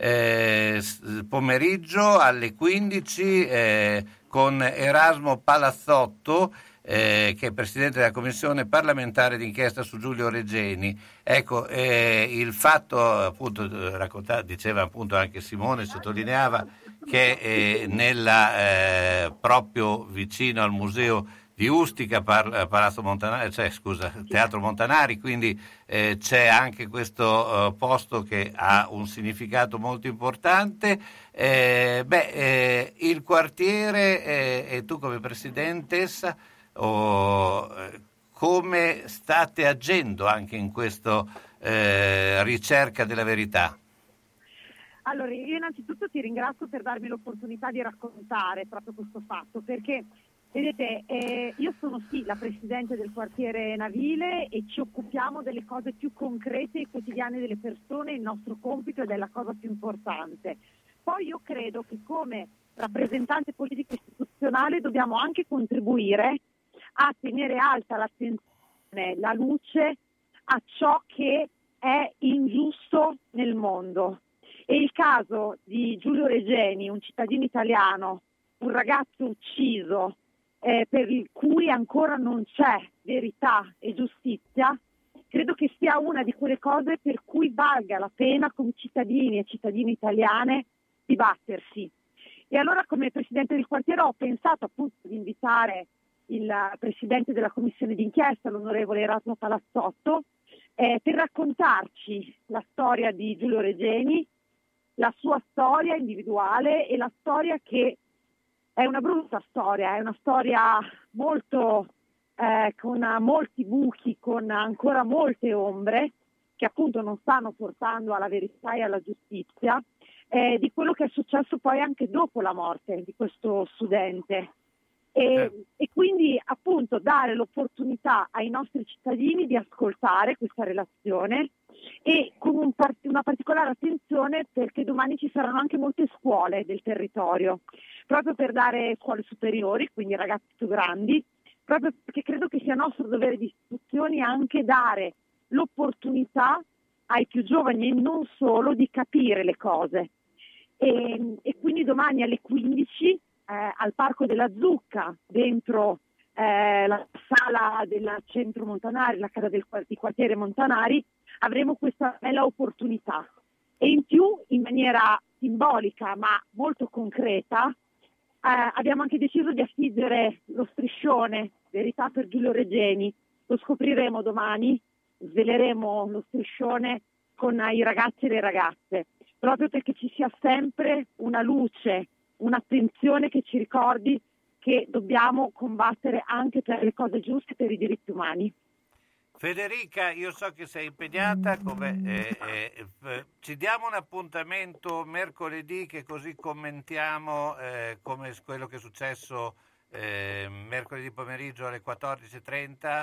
eh, pomeriggio alle quindici eh, con Erasmo Palazzotto, eh, che è presidente della commissione parlamentare d'inchiesta su Giulio Regeni. Ecco, eh, il fatto, appunto, racconta, diceva appunto anche Simone, sottolineava che eh, nella, eh, proprio vicino al museo di Ustica, par, Palazzo Montanari, cioè scusa, Teatro Montanari, quindi eh, c'è anche questo uh, posto che ha un significato molto importante. Eh, beh, eh, il quartiere eh, e tu come presidentessa, oh, eh, come state agendo anche in questa eh, ricerca della verità? Allora, io innanzitutto ti ringrazio per darmi l'opportunità di raccontare proprio questo fatto, perché vedete, eh, io sono sì la presidente del quartiere Navile e ci occupiamo delle cose più concrete e quotidiane delle persone, il nostro compito ed è la cosa più importante. Poi io credo che come rappresentante politico istituzionale dobbiamo anche contribuire a tenere alta l'attenzione, la luce a ciò che è ingiusto nel mondo. E il caso di Giulio Regeni, un cittadino italiano, un ragazzo ucciso, eh, per cui ancora non c'è verità e giustizia, credo che sia una di quelle cose per cui valga la pena come cittadini e cittadine italiane di battersi. E allora come presidente del quartiere ho pensato appunto di invitare il presidente della commissione d'inchiesta, l'onorevole Erasmo Palazzotto, eh, per raccontarci la storia di Giulio Regeni, la sua storia individuale e la storia che è una brutta storia, è una storia molto eh, con molti buchi, con ancora molte ombre che appunto non stanno portando alla verità e alla giustizia, eh, di quello che è successo poi anche dopo la morte di questo studente. E, eh. e quindi appunto dare l'opportunità ai nostri cittadini di ascoltare questa relazione e con un part- una particolare attenzione perché domani ci saranno anche molte scuole del territorio, proprio per dare scuole superiori, quindi ragazzi più grandi, proprio perché credo che sia nostro dovere di istituzioni anche dare l'opportunità ai più giovani e non solo di capire le cose. E, e quindi domani alle quindici eh, al Parco della Zucca, dentro eh, la sala del centro Montanari, la casa del, di quartiere Montanari, avremo questa bella opportunità. E in più, in maniera simbolica ma molto concreta, eh, abbiamo anche deciso di affiggere lo striscione Verità per Giulio Regeni. Lo scopriremo domani, sveleremo lo striscione con i ragazzi e le ragazze, proprio perché ci sia sempre una luce, un'attenzione che ci ricordi che dobbiamo combattere anche per le cose giuste, per i diritti umani. Federica, io so che sei impegnata, come, eh, eh, eh, ci diamo un appuntamento mercoledì che così commentiamo eh, come quello che è successo eh, mercoledì pomeriggio alle quattordici e trenta?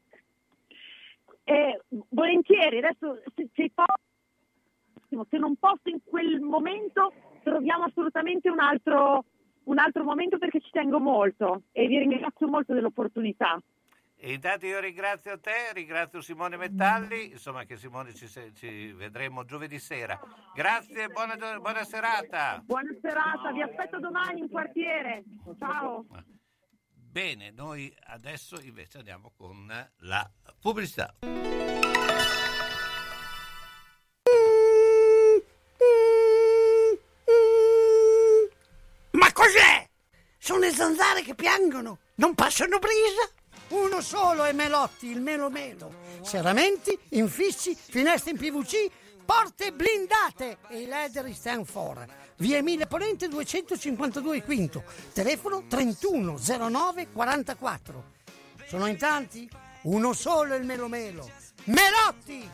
Eh, volentieri, adesso se, se, posso, se non posso in quel momento troviamo assolutamente un altro, un altro momento, perché ci tengo molto e vi ringrazio molto dell'opportunità. E intanto io ringrazio te, ringrazio Simone Metalli, insomma che Simone ci, ci vedremo giovedì sera. Grazie, buona, buona serata. Buona serata, vi aspetto domani in quartiere. Ciao. Bene, noi adesso invece andiamo con la pubblicità. Ma cos'è? Sono le zanzare che piangono, non passano brisa? Uno solo è Melotti, il Melo Melo. Serramenti, infissi, finestre in P V C, porte blindate e i leder stand for. Via Emilia Ponente duecentocinquantadue Quinto, telefono trentuno zero nove quarantaquattro. Sono in tanti? Uno solo è il Melo Melo. Melotti!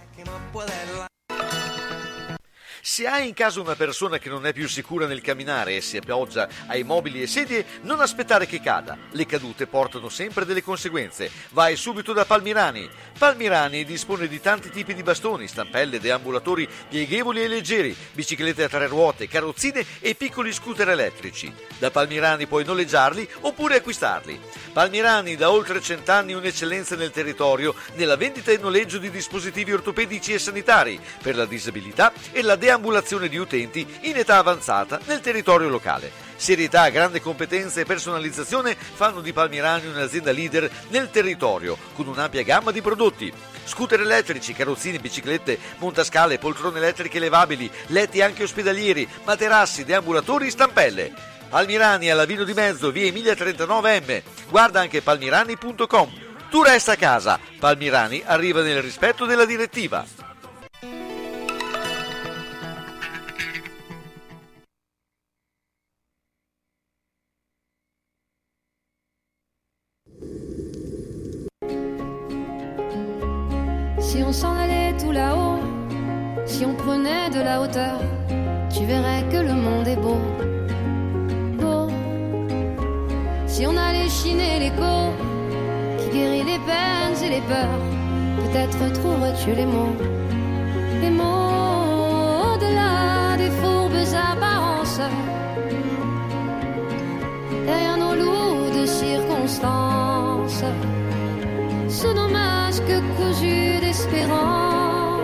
Se hai in casa una persona che non è più sicura nel camminare e si appoggia ai mobili e sedie, non aspettare che cada. Le cadute portano sempre delle conseguenze. Vai subito da Palmirani. Palmirani dispone di tanti tipi di bastoni, stampelle, deambulatori pieghevoli e leggeri, biciclette a tre ruote, carrozzine e piccoli scooter elettrici. Da Palmirani puoi noleggiarli oppure acquistarli. Palmirani, da oltre cent'anni un'eccellenza nel territorio nella vendita e noleggio di dispositivi ortopedici e sanitari per la disabilità e la deambulazione di utenti in età avanzata nel territorio locale. Serietà, grande competenza e personalizzazione fanno di Palmirani un'azienda leader nel territorio, con un'ampia gamma di prodotti. Scooter elettrici, carrozzine, biciclette, montascale, poltrone elettriche levabili, letti anche ospedalieri, materassi, deambulatori, stampelle. Palmirani alla Vino di Mezzo, via Emilia trentanove M. Guarda anche palmirani punto com. Tu resta a casa. Palmirani arriva nel rispetto della direttiva. Si on s'en allait tout là-haut, si on prenait de la hauteur, tu verrais que le monde est beau, beau. Si on allait chiner l'écho qui guérit les peines et les peurs, peut-être trouverais-tu les mots, les mots au-delà des fourbes apparences, derrière nos lourdes circonstances. Sous nos masques cousus d'espérance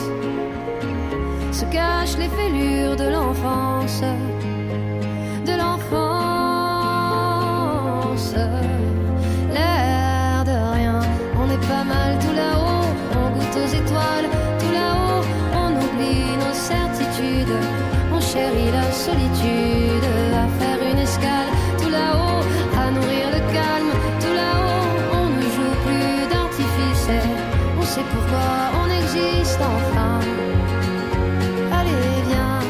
se cachent les fêlures de l'enfance, de l'enfance. L'air de rien, on est pas mal tout là-haut, on goûte aux étoiles, tout là-haut, on oublie nos certitudes, on chérit la solitude, à faire une escale, tout là-haut, à nourrir le calme, tout là-haut. On sait pourquoi on existe enfin. Allez, viens.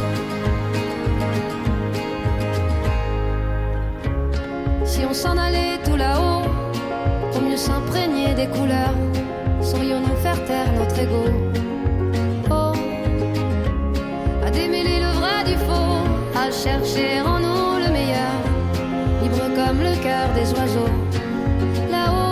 Si on s'en allait tout là-haut, pour mieux s'imprégner des couleurs, saurions-nous faire taire notre ego? Oh, à démêler le vrai du faux, à chercher en nous le meilleur, libre comme le cœur des oiseaux. Là-haut,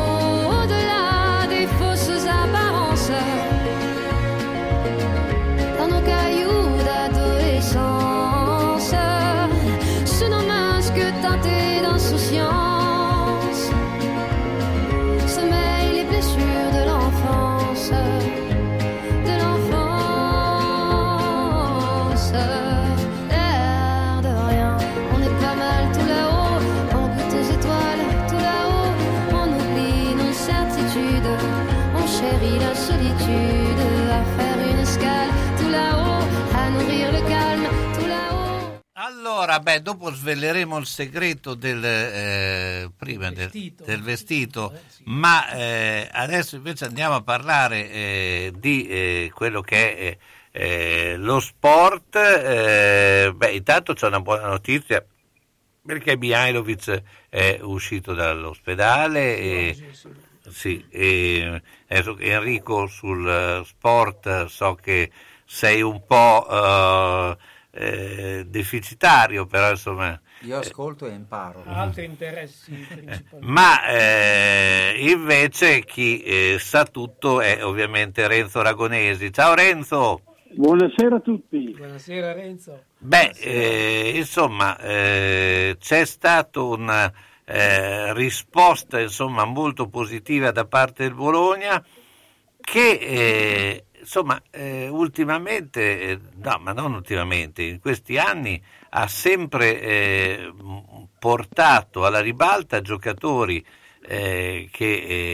dans nos cailloux d'adolescence, sous nos masques teintés d'insouciance, sommeillent les blessures de l'enfance, de l'enfance. L'air de rien, on est pas mal solitude, à faire une escale tout là-haut, à nourrir le calme tout là-haut. Allora, beh, dopo sveleremo il segreto del, eh, prima del vestito, del vestito eh, sì. ma eh, adesso invece andiamo a parlare eh, di eh, quello che è eh, lo sport. Eh, beh, intanto c'è una buona notizia, perché Mihajlovic è uscito dall'ospedale e, sì, sì. Sì, e Enrico sul sport so che sei un po' uh, eh, deficitario, però insomma io ascolto eh, e imparo altri interessi principalmente. Ma eh, invece chi eh, sa tutto è ovviamente Renzo Aragonesi. Ciao Renzo. Buonasera a tutti. Buonasera Renzo. Beh, eh, insomma, eh, c'è stata una eh, risposta insomma molto positiva da parte del Bologna, che eh, insomma eh, ultimamente, eh, no, ma non ultimamente, in questi anni ha sempre eh, portato alla ribalta giocatori eh, che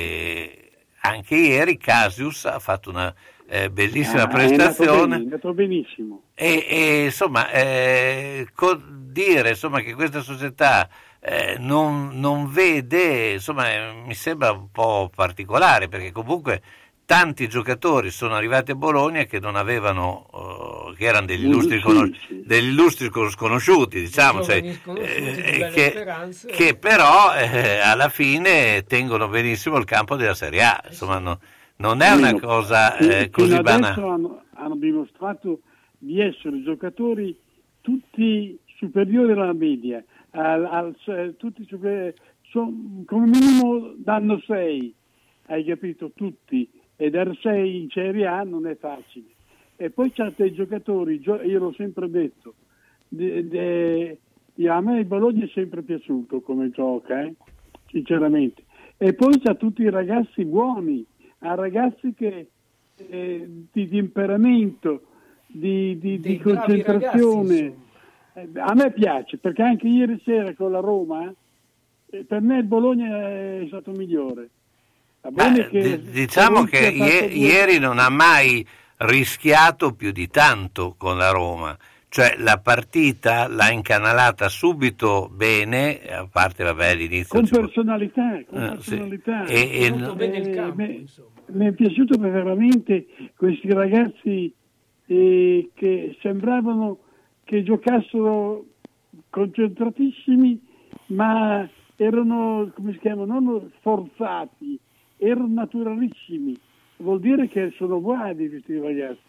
eh, anche ieri Casius ha fatto una Eh, bellissima ah, prestazione, è andato benissimo e, e insomma eh, co- dire insomma che questa società eh, non, non vede, insomma eh, mi sembra un po' particolare, perché comunque tanti giocatori sono arrivati a Bologna che non avevano uh, che erano degli illustri, sì, conos- sì. degli illustri sconosciuti, diciamo, cioè, eh, che, che però eh, alla fine tengono benissimo il campo della Serie A, insomma no, non è una cosa eh, così banale. Adesso hanno, hanno dimostrato di essere giocatori tutti superiori alla media, al, al, tutti super, son, come minimo danno sei, hai capito, tutti, e dare sei in Serie A non è facile. E poi c'è dei giocatori, io l'ho sempre detto, de, de, a me il Bologna è sempre piaciuto come gioca, eh, sinceramente. E poi c'è tutti i ragazzi buoni, a ragazzi che eh, di, di temperamento, di, di, di concentrazione. Ragazzi, a me piace, perché anche ieri sera con la Roma eh, per me il Bologna è stato migliore. Va bene, eh, che d- diciamo che ie- ieri non ha mai rischiato più di tanto con la Roma, cioè la partita l'ha incanalata subito bene, a parte vabbè l'inizio con personalità, con eh, personalità. Sì. E, e molto bene il campo, eh, mi è piaciuto veramente questi ragazzi eh, che sembravano che giocassero concentratissimi, ma erano, come si chiama, non sforzati, erano naturalissimi. Vuol dire che sono bravi questi ragazzi.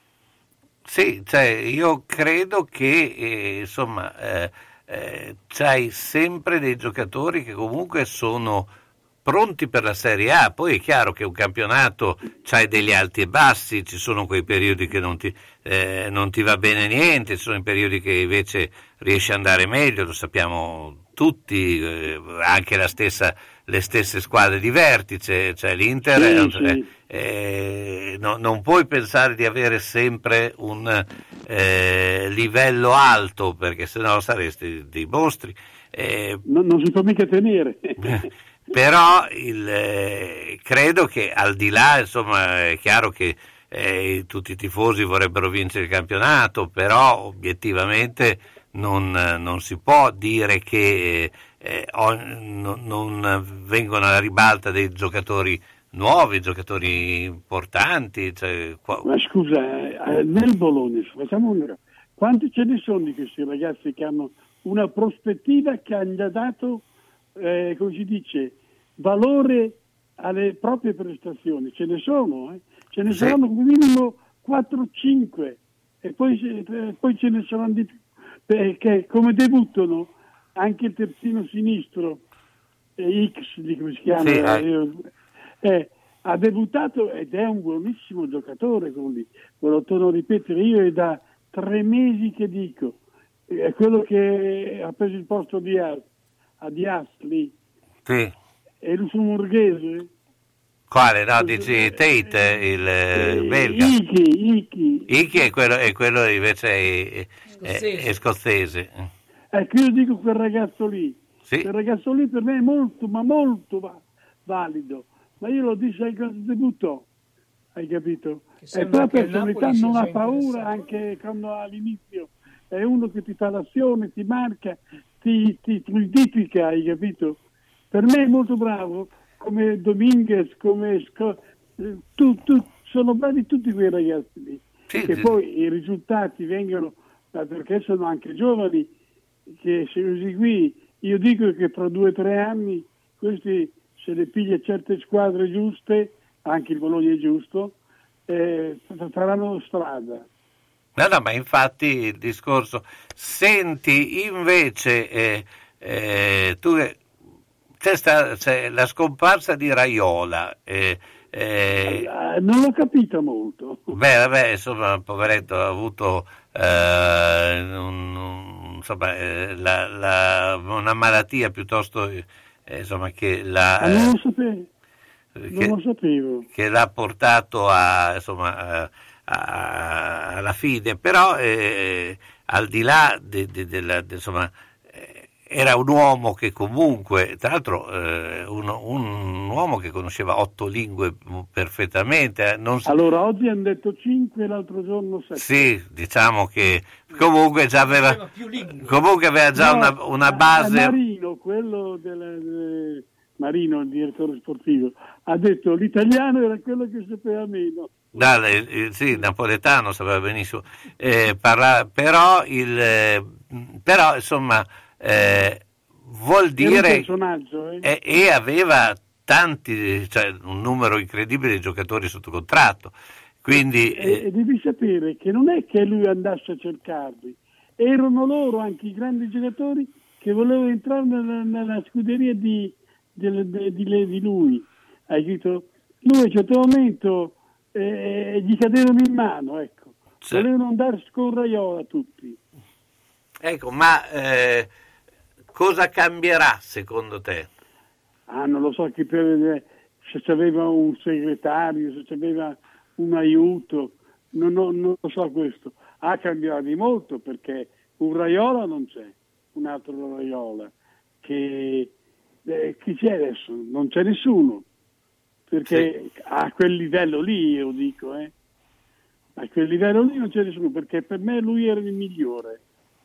Sì, cioè io credo che eh, insomma eh, eh, c'hai sempre dei giocatori che comunque sono pronti per la Serie A. Poi è chiaro che un campionato c'hai degli alti e bassi, ci sono quei periodi che non ti, eh, non ti va bene niente, ci sono i periodi che invece riesci ad andare meglio, lo sappiamo tutti, eh, anche la stessa, le stesse squadre di vertice, cioè l'Inter, sì, eh, sì. Eh, no, non puoi pensare di avere sempre un eh, livello alto, perché sennò saresti dei mostri. Eh, non, non si può mica tenere. Però il, eh, credo che al di là, insomma, è chiaro che eh, tutti i tifosi vorrebbero vincere il campionato, però obiettivamente non, non si può dire che eh, on, non, non vengono alla ribalta dei giocatori nuovi, giocatori importanti. Cioè, qua... Ma scusa, nel Bologna, facciamo un... quanti ce ne sono di questi ragazzi che hanno una prospettiva che hanno dato, eh, come si dice, valore alle proprie prestazioni? Ce ne sono, eh? Ce ne sì. saranno come minimo quattro cinque, e poi, eh, poi ce ne saranno di più, perché come debuttano anche il terzino sinistro, eh, X, di come si chiama, sì, eh. Eh, ha debuttato ed è un buonissimo giocatore, come lo torno a ripetere, io è da tre mesi che dico, è quello che ha preso il posto di As, a Dias lì, sì. È il lussemburghese. Quale? No, dici Tate, il eh, belga. Iki, Iki. Iki è quello, è quello invece è, è, è scozzese. Ecco, io dico quel ragazzo lì, sì. Quel ragazzo lì per me è molto, ma molto va- valido. Ma io lo dissi anche quando debuttò. hai capito? Che E sembra poi che la il personalità Napoli sia non ha già paura interessato. anche quando all'inizio è uno che ti fa l'azione, ti marca, ti, ti fluidifica, hai capito? Per me è molto bravo, come Dominguez, come Sco- eh, tu, tu, sono bravi tutti quei ragazzi lì, Sì, che sì. poi i risultati vengono, ma perché sono anche giovani, che se così qui, io dico che fra due o tre anni questi se le piglia certe squadre giuste, anche il Bologna è giusto, eh, faranno strada. No, no, ma infatti il discorso. Senti, invece, eh, eh, tu, c'è, sta, c'è la scomparsa di Raiola. Eh, eh, Eh, non l'ho capito molto. beh, vabbè, insomma, poveretto ha avuto eh, un- un- insomma, eh, la, la, una malattia piuttosto, eh, insomma, che la... Ah, non lo sapevo. che- Non lo sapevo. che l'ha portato a, insomma, a- a- alla fine, però eh, al di là de, de- della, de- insomma, eh, era un uomo che comunque, tra l'altro eh, uno- un uomo che conosceva otto lingue perfettamente, eh, non si- Allora, oggi hanno detto cinque, l'altro giorno sette. sì, diciamo che comunque già aveva, comunque aveva già No, una, una eh, base. Marino, quello del, del- Marino, il direttore sportivo, ha detto l'italiano era quello che sapeva meno. Dai, eh, sì, il napoletano sapeva benissimo, eh, parla- però, il, eh, però insomma eh, vuol Era un dire personaggio, eh. e, e aveva tanti, cioè un numero incredibile di giocatori sotto contratto, quindi E, eh, e devi sapere che non è che lui andasse a cercarli, erano loro anche i grandi giocatori che volevano entrare nella, nella scuderia di, del- de- di, le- di lui. Hai capito? Lui a un certo momento eh, gli cadevano in mano, ecco. Sì. Volevano andare con Raiola tutti. ecco, ma eh, cosa cambierà secondo te? Ah, non lo so chi per, se aveva un segretario, se aveva un aiuto, non, ho- non lo so questo. Ha cambiato di molto perché un Raiola non c'è, un altro Raiola. Che, eh, chi c'è adesso? Non c'è nessuno. Perché a quel livello lì, io dico, eh, a quel livello lì non c'è nessuno, perché per me lui era il migliore.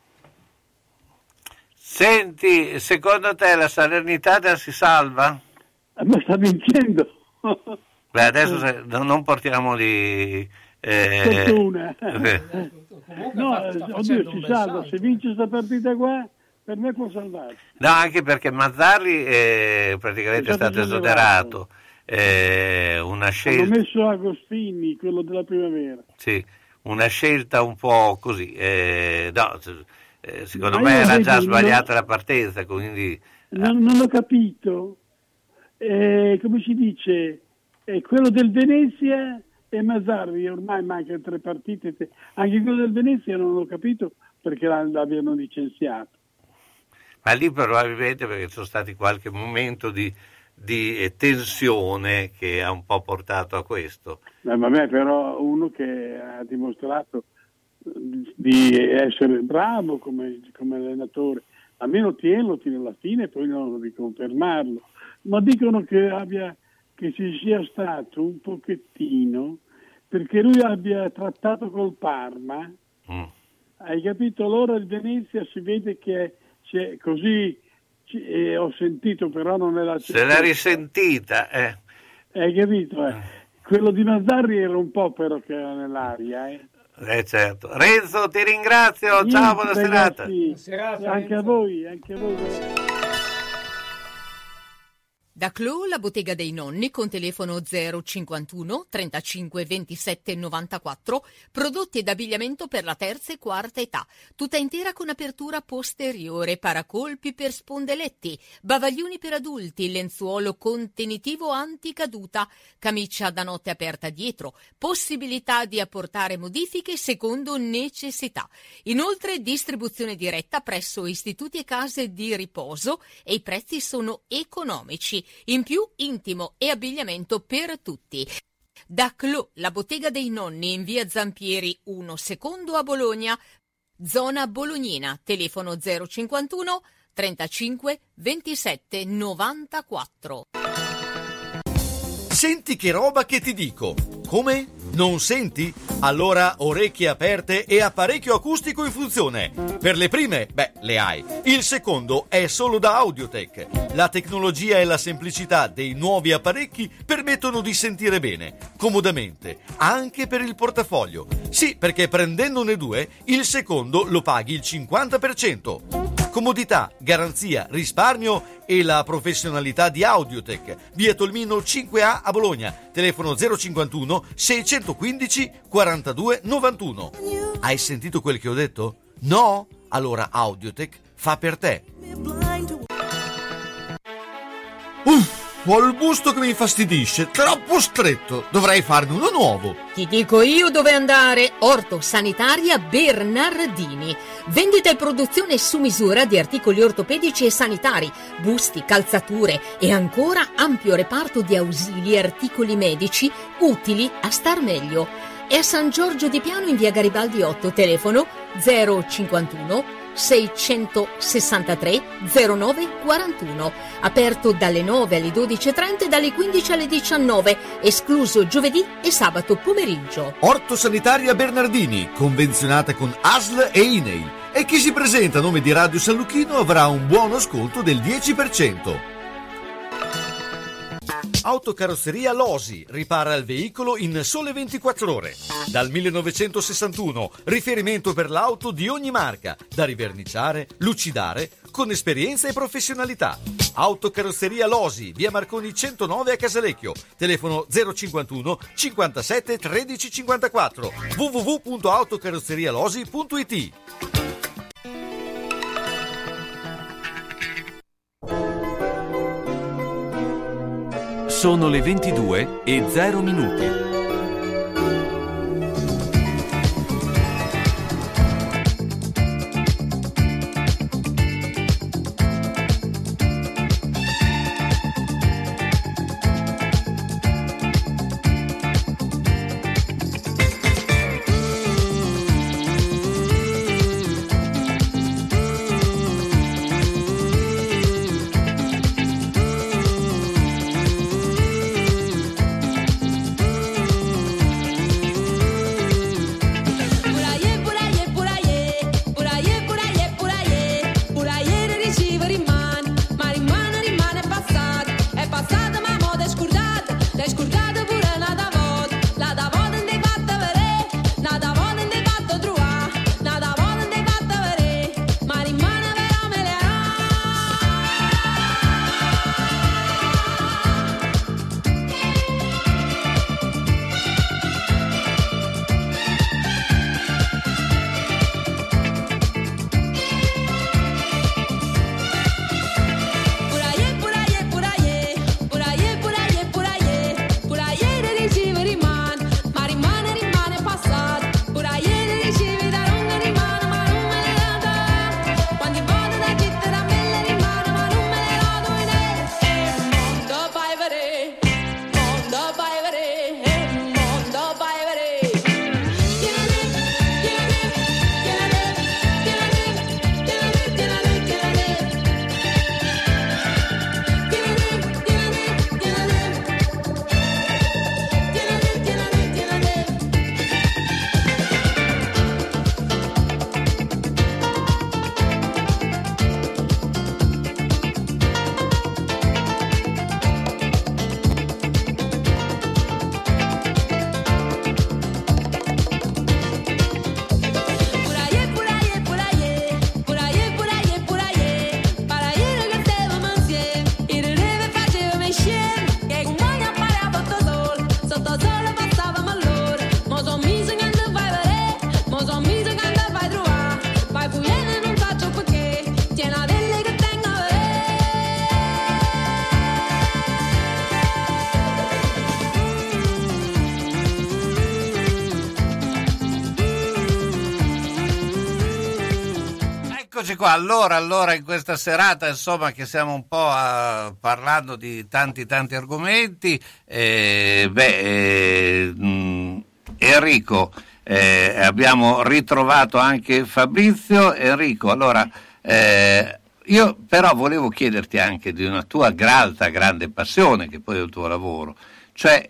Senti, secondo te la Salernitana si salva? Ah, ma sta vincendo. Beh, adesso se- no- non portiamoli eh, Fortuna. eh, No, fa- sta oddio, facendo un si bel salva. salto. Se vince questa partita qua, per me può salvarsi. no, anche perché Mazzarri è praticamente È è stato stato esonerato. Eh, una Hanno scelta, messo Agostini, quello della primavera. sì, una scelta un po' così. eh, no, se- eh, secondo Ma me io, era vedi, già non- sbagliata la partenza, quindi Non, non ho capito. Eh, come si dice? Eh, quello del Venezia e Mazzarri, ormai mancano tre partite. te- Anche quello del Venezia non ho capito perché l'hanno- l'abbiano licenziato. ma lì probabilmente perché ci sono stati qualche momento di, di eh, tensione che ha un po' portato a questo. Eh, vabbè, però uno che ha dimostrato di essere bravo come, come allenatore, almeno tienilo fino alla fine e poi non riconfermarlo. Ma dicono che abbia che ci sia stato un pochettino perché lui abbia trattato col Parma. Mm. Hai capito? Allora il Venezia si vede che c'è così, ci- eh, ho sentito però non è la Se l'ha risentita, eh. hai capito? eh? Quello di Mazzarri era un po' però che era nell'aria, eh. Eh, certo. Renzo, ti ringrazio, Niente, ciao, buona serata. ragazzi, anche a voi, anche a voi. Da Clou, la bottega dei nonni, con telefono zero cinquantuno trentacinque ventisette novantaquattro, prodotti ed abbigliamento per la terza e quarta età, tutta intera con apertura posteriore, paracolpi per spondeletti, bavaglioni per adulti, lenzuolo contenitivo anticaduta, camicia da notte aperta dietro, possibilità di apportare modifiche secondo necessità. Inoltre distribuzione diretta presso istituti e case di riposo e i prezzi sono economici. In più intimo e abbigliamento per tutti. Da Clou, la bottega dei nonni in via Zampieri uno secondo a Bologna, zona Bolognina, telefono zero cinquantuno trentacinque ventisette novantaquattro. Senti che roba che ti dico. Come? Non senti? Allora orecchie aperte e apparecchio acustico in funzione. Per le prime, beh, le hai. Il secondo è solo da Audiotech. La tecnologia e la semplicità dei nuovi apparecchi permettono di sentire bene, comodamente, anche per il portafoglio. Sì, perché prendendone due, il secondo lo paghi il cinquanta per cento. Comodità, garanzia, risparmio e la professionalità di Audiotech. Via Tolmino cinque A a Bologna. Telefono zero cinquantuno seicentoquindici quarantadue novantuno. Hai sentito quel che ho detto? No? Allora Audiotech fa per te. Uff, ho il busto che mi infastidisce, troppo stretto. Dovrei farne uno nuovo. Ti dico io dove andare. Orto Sanitaria Bernardini. Vendita e produzione su misura di articoli ortopedici e sanitari, busti, calzature e ancora ampio reparto di ausili e articoli medici utili a star meglio. È a San Giorgio di Piano in via Garibaldi otto, telefono zero cinquantuno seicentosessantatré zero nove quarantuno. Aperto dalle nove alle dodici e trenta e dalle quindici alle diciannove, escluso giovedì e sabato pomeriggio. Orto Sanitaria Bernardini, convenzionata con A S L e I N E I. E chi si presenta a nome di Radio San Lucchino avrà un buono sconto del dieci per cento. Autocarrozzeria Losi ripara il veicolo in sole ventiquattro ore. Dal millenovecentosessantuno, riferimento per l'auto di ogni marca, da riverniciare, lucidare, con esperienza e professionalità. Autocarrozzeria Losi, via Marconi centonove a Casalecchio. Telefono zero cinquantuno cinquantasette tredici cinquantaquattro. w w w punto autocarrozzerialosi punto i t. Sono le ventidue e zero minuti. Eccoci qua, allora, allora in questa serata, insomma, che stiamo un po' a, parlando di tanti tanti argomenti, eh, beh, eh, mh, Enrico, eh, abbiamo ritrovato anche Fabrizio. Enrico, allora, eh, io però volevo chiederti anche di una tua altra grande passione, che poi è il tuo lavoro, cioè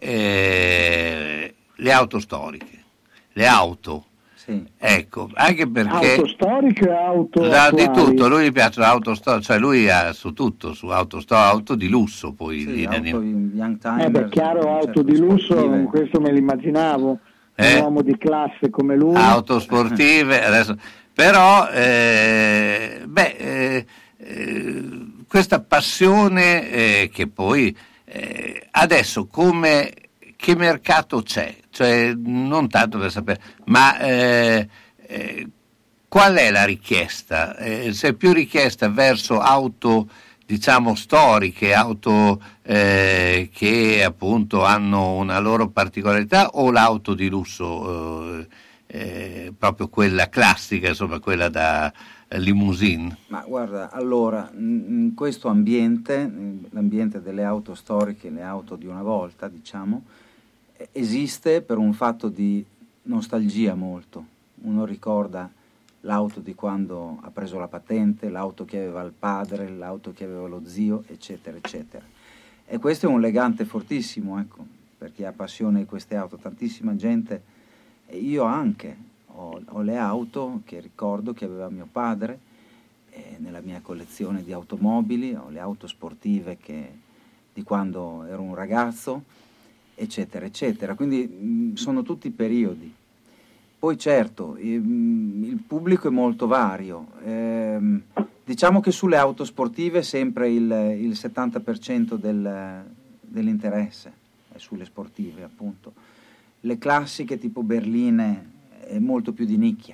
eh, le auto storiche, le auto. Sì. Ecco, anche perché auto storiche e auto da, di attuali? tutto, lui gli piacciono auto storiche, cioè lui ha su tutto, su auto storiche, auto di lusso poi. Sì, di, auto di, Young Timers, Eh beh, chiaro, auto certo, di lusso, sportive. questo me l'immaginavo, Eh? un uomo di classe come lui. auto sportive, adesso, però eh, beh, eh, eh, questa passione eh, che poi eh, adesso come che mercato c'è? Cioè, non tanto per sapere, ma eh, eh, qual è la richiesta? Eh, se è più richiesta verso auto, diciamo, storiche, auto eh, che appunto hanno una loro particolarità, o l'auto di lusso, eh, eh, proprio quella classica, insomma, quella da limousine? Ma guarda, allora, in questo ambiente, l'ambiente delle auto storiche, le auto di una volta, diciamo, esiste per un fatto di nostalgia molto. Uno ricorda l'auto di quando ha preso la patente, l'auto che aveva il padre, l'auto che aveva lo zio, eccetera, eccetera. E questo è un legante fortissimo, ecco, per chi ha passione di queste auto. Tantissima gente, e io anche, ho, ho le auto che ricordo che aveva mio padre, e nella mia collezione di automobili, ho le auto sportive che, di quando ero un ragazzo, eccetera, eccetera. Quindi mh, sono tutti periodi. Poi certo, il, il pubblico è molto vario. Ehm, diciamo che sulle auto sportive sempre il, il settanta per cento del, dell'interesse è sulle sportive, appunto. Le classiche tipo berline è molto più di nicchia.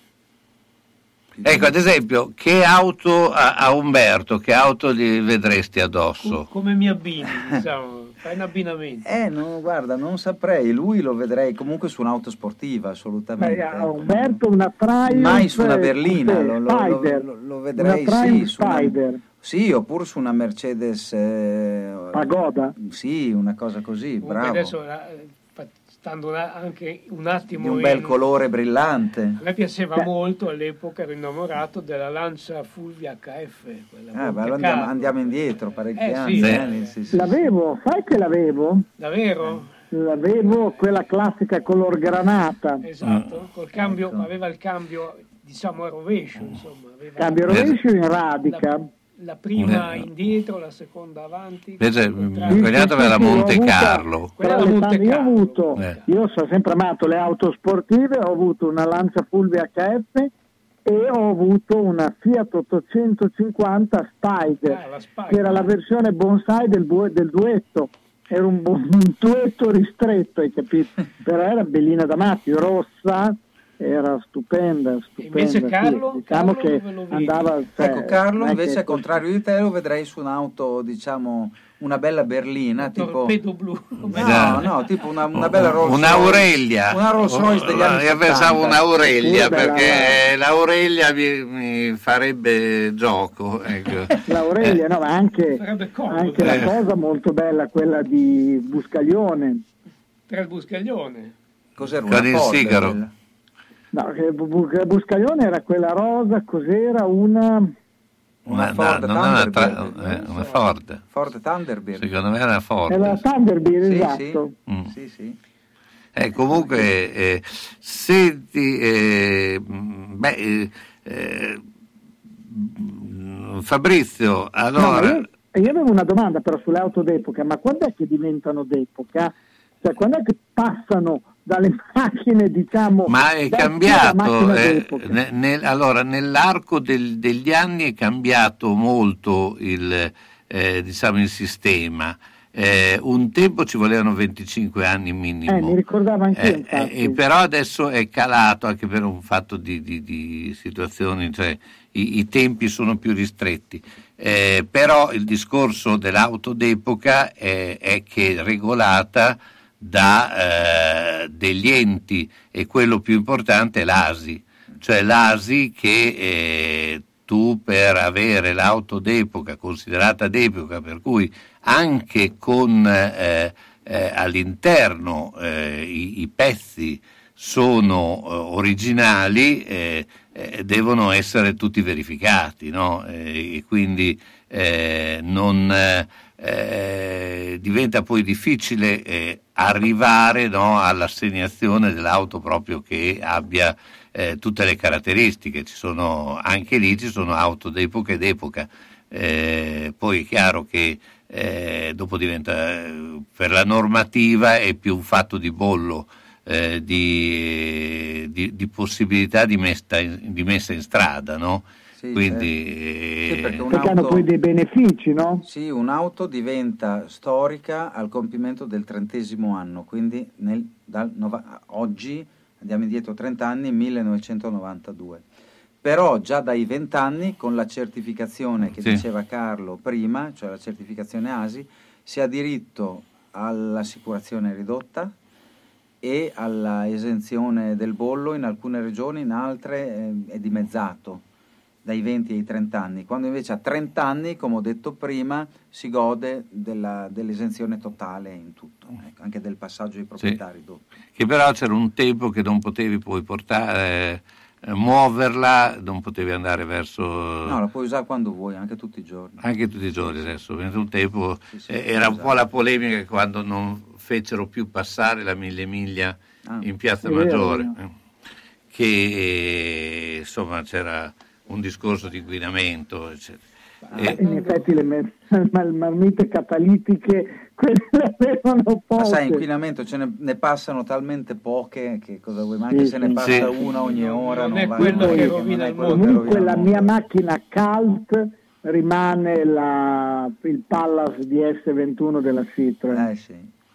Ecco, ad esempio, che auto a, a Umberto, che auto gli vedresti addosso? Come mi abbini, diciamo, fai un abbinamento. Eh, no, guarda, non saprei, lui lo vedrei comunque su un'auto sportiva, assolutamente. Beh, ecco. Umberto una Triumph, Mai su una berlina, eh, lo, lo, Spider, lo, lo vedrei, una Triumph sì, su una, Spider. sì, oppure su una Mercedes eh, Pagoda? Sì, una cosa così, Comunque bravo. adesso, eh, stando una- anche un attimo Di un bel in- colore brillante. A me piaceva Beh. molto, all'epoca ero innamorato della Lancia Fulvia H F. Quella Ah, Monte beh, allora andiamo, Carlo. andiamo indietro parecchi Eh, anni. sì. eh, sì, sì. L'avevo, sai che l'avevo? Davvero? L'avevo quella classica color granata. Esatto, col cambio, Ecco. aveva il cambio, diciamo, a rovescio, insomma. Aveva Cambio rovescio in radica. La, la prima Eh. indietro, la seconda avanti. Invece il mio contrario. cognato aveva la Sì, sì, Monte l'ho avuta- Carlo. Quella Però da Monte Alessandro, io ho Carlo. avuto, Eh. io ho sempre amato le auto sportive, ho avuto una Lancia Fulvia H F e ho avuto una Fiat ottocentocinquanta Spider, Ah, la Spider. che era la versione bonsai del, bue- del duetto. Era un, bu- un duetto ristretto, hai capito? Però era bellina da matti, rossa, era stupenda, stupenda. invece sì. Carlo? Diciamo Carlo che dove lo vedi? andava... cioè, Ecco, Carlo non è invece che- al contrario di te lo vedrei su un'auto, diciamo, una bella berlina, tipo... Torpedo blu. No, no, tipo una, una bella Rolls Una Royce. Aurelia. Una Rolls Royce degli Oh, anni io pensavo settanta. un'Aurelia, Sì, bella, perché l'Aurelia mi, mi farebbe gioco. Ecco. L'Aurelia, no, ma anche, Sarebbe comodo. anche la Eh. cosa molto bella, quella di Buscaglione. Per il Buscaglione. Cos'era Con una il Ford, sigaro. quella? No, che Bu- Bu- Buscaglione era quella rosa, cos'era? Una... Una Una, Ford no, non è una, tra- Thunderbird. eh, una Ford. Ford Thunderbird. Secondo me era una Ford. Era la Thunderbird, Sì, esatto. Mm. Sì, sì. Eh, comunque, eh, senti, eh, mh, beh, eh, eh, mh, Fabrizio, No, ma allora, io, io avevo una domanda però sulle auto d'epoca, ma quando è che diventano d'epoca? Cioè, quando è che passano dalle macchine, diciamo... ma è vecchie alla cambiato, macchina eh, d'epoca? ne- nel- allora, nell'arco del- degli anni è cambiato molto il, eh, diciamo, il sistema. Eh, un tempo ci volevano venticinque anni minimo. Eh, mi ricordavo anche io, Eh, infatti. eh, però adesso è calato anche per un fatto di, di- di situazioni, cioè i, i tempi sono più ristretti. Eh, però il discorso dell'auto d'epoca è, è che è regolata da eh, degli enti, e quello più importante è l'A S I, cioè l'A S I che eh, tu per avere l'auto d'epoca, considerata d'epoca, per cui anche con eh, eh, all'interno eh, i, i pezzi sono eh, originali, eh, eh, devono essere tutti verificati, no? Eh, e quindi eh, non eh, diventa poi difficile eh, arrivare, no, all'assegnazione dell'auto proprio che abbia eh, tutte le caratteristiche. Ci sono anche lì ci sono auto d'epoca ed epoca. Eh, poi è chiaro che eh, dopo diventa, per la normativa è più un fatto di bollo, eh, di, di, di possibilità di messa, in, di messa in strada, no? Sì, quindi certo. eh, Sì, perché Perché hanno poi dei benefici, no? Sì, un'auto diventa storica al compimento del trentesimo anno, quindi nel, dal, nova, oggi andiamo indietro trenta anni, millenovecentonovantadue. Però già dai venti anni, con la certificazione che sì. diceva Carlo prima, cioè la certificazione A S I, si ha diritto all'assicurazione ridotta e alla esenzione del bollo in alcune regioni, in altre eh, è dimezzato, dai venti ai trenta anni, quando invece a trenta anni, come ho detto prima, si gode della, dell'esenzione totale in tutto, ecco, anche del passaggio ai proprietari sì. dopo. Che però c'era un tempo che non potevi poi portare... Eh, muoverla, non potevi andare verso... No, la puoi usare quando vuoi, anche tutti i giorni. Anche tutti i giorni adesso, un tempo sì, sì, eh, era un esatto. po' la polemica quando non fecero più passare la mille miglia ah, in Piazza vero, Maggiore, eh, che insomma c'era un discorso di inquinamento, eccetera. Ah, E, in effetti le mer- marmite catalitiche, quelle avevano poche. Ma sai, inquinamento ce ne, ne passano talmente poche che cosa vuoi, ma Sì, anche se sì. ne passa Sì. una ogni ora Non non è va quello non che è rovina il quello che mondo. Comunque rovina la il mia mondo. macchina cult rimane la, il Pallas D S ventuno della Citroen, Eh sì,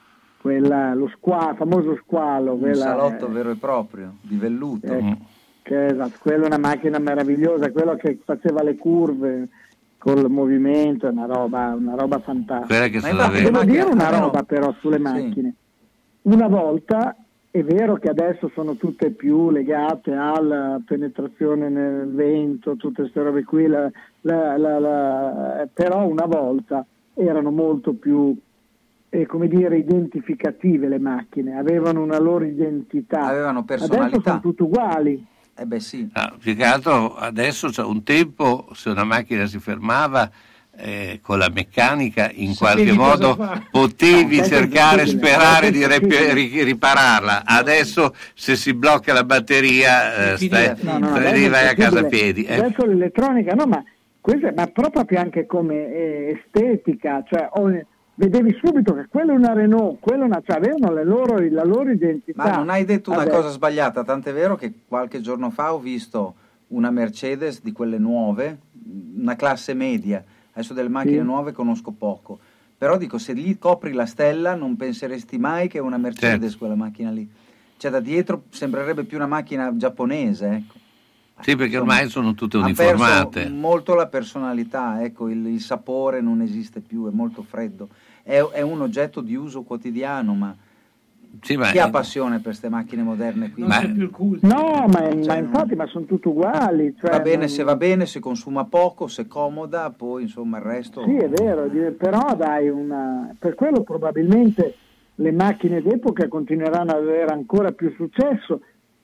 quella, lo squalo, famoso squalo, un quella salotto è- vero e proprio, di velluto. eh, che, esatto, quella è una macchina meravigliosa, quello che faceva le curve col movimento, è una roba, una roba fantastica. quella che Ma sono infatti le- Devo dire una almeno- roba però sulle Sì. macchine. Una volta è vero che adesso sono tutte più legate alla penetrazione nel vento, tutte queste robe qui, la- la- la- la- però una volta erano molto più, eh, come dire, identificative le macchine, avevano una loro identità. Avevano Adesso personalità. sono tutte uguali. Eh beh sì, Ah, più che altro adesso c'è un tempo, se una macchina si fermava eh, con la meccanica in Sapevi qualche cosa modo fare. potevi No, cercare, adesso è sperare di possibile. rip- ri- ripararla. Adesso se si blocca la batteria eh, stai, No, no, stai adesso lì, è vai a casa a possibile. piedi. eh. Adesso l'elettronica, no, ma questa ma proprio anche come eh, estetica, cioè oh, vedevi subito che quella è una Renault, quella è una, cioè avevano le loro, la loro identità. ma non hai detto una Adesso- cosa sbagliata, tant'è vero che qualche giorno fa ho visto una Mercedes di quelle nuove, una classe media, adesso delle macchine Sì. nuove conosco poco, però dico, se lì copri la stella non penseresti mai che è una Mercedes Certo. quella macchina lì, cioè da dietro sembrerebbe più una macchina giapponese, ecco. Sì, perché ormai sono tutte Ha uniformate. perso molto la personalità, ecco, il, il sapore non esiste più, è molto freddo, è, è un oggetto di uso quotidiano, ma Sì, ma chi ha passione per queste macchine moderne qui? Non Ma- c'è più il culto. No, ma, ma Cioè, infatti, ma sono tutte uguali. Cioè, Va bene non- se va bene, se consuma poco, se comoda, poi insomma il resto... Sì, è vero, di- però dai, una... per quello probabilmente le macchine d'epoca continueranno ad avere ancora più successo,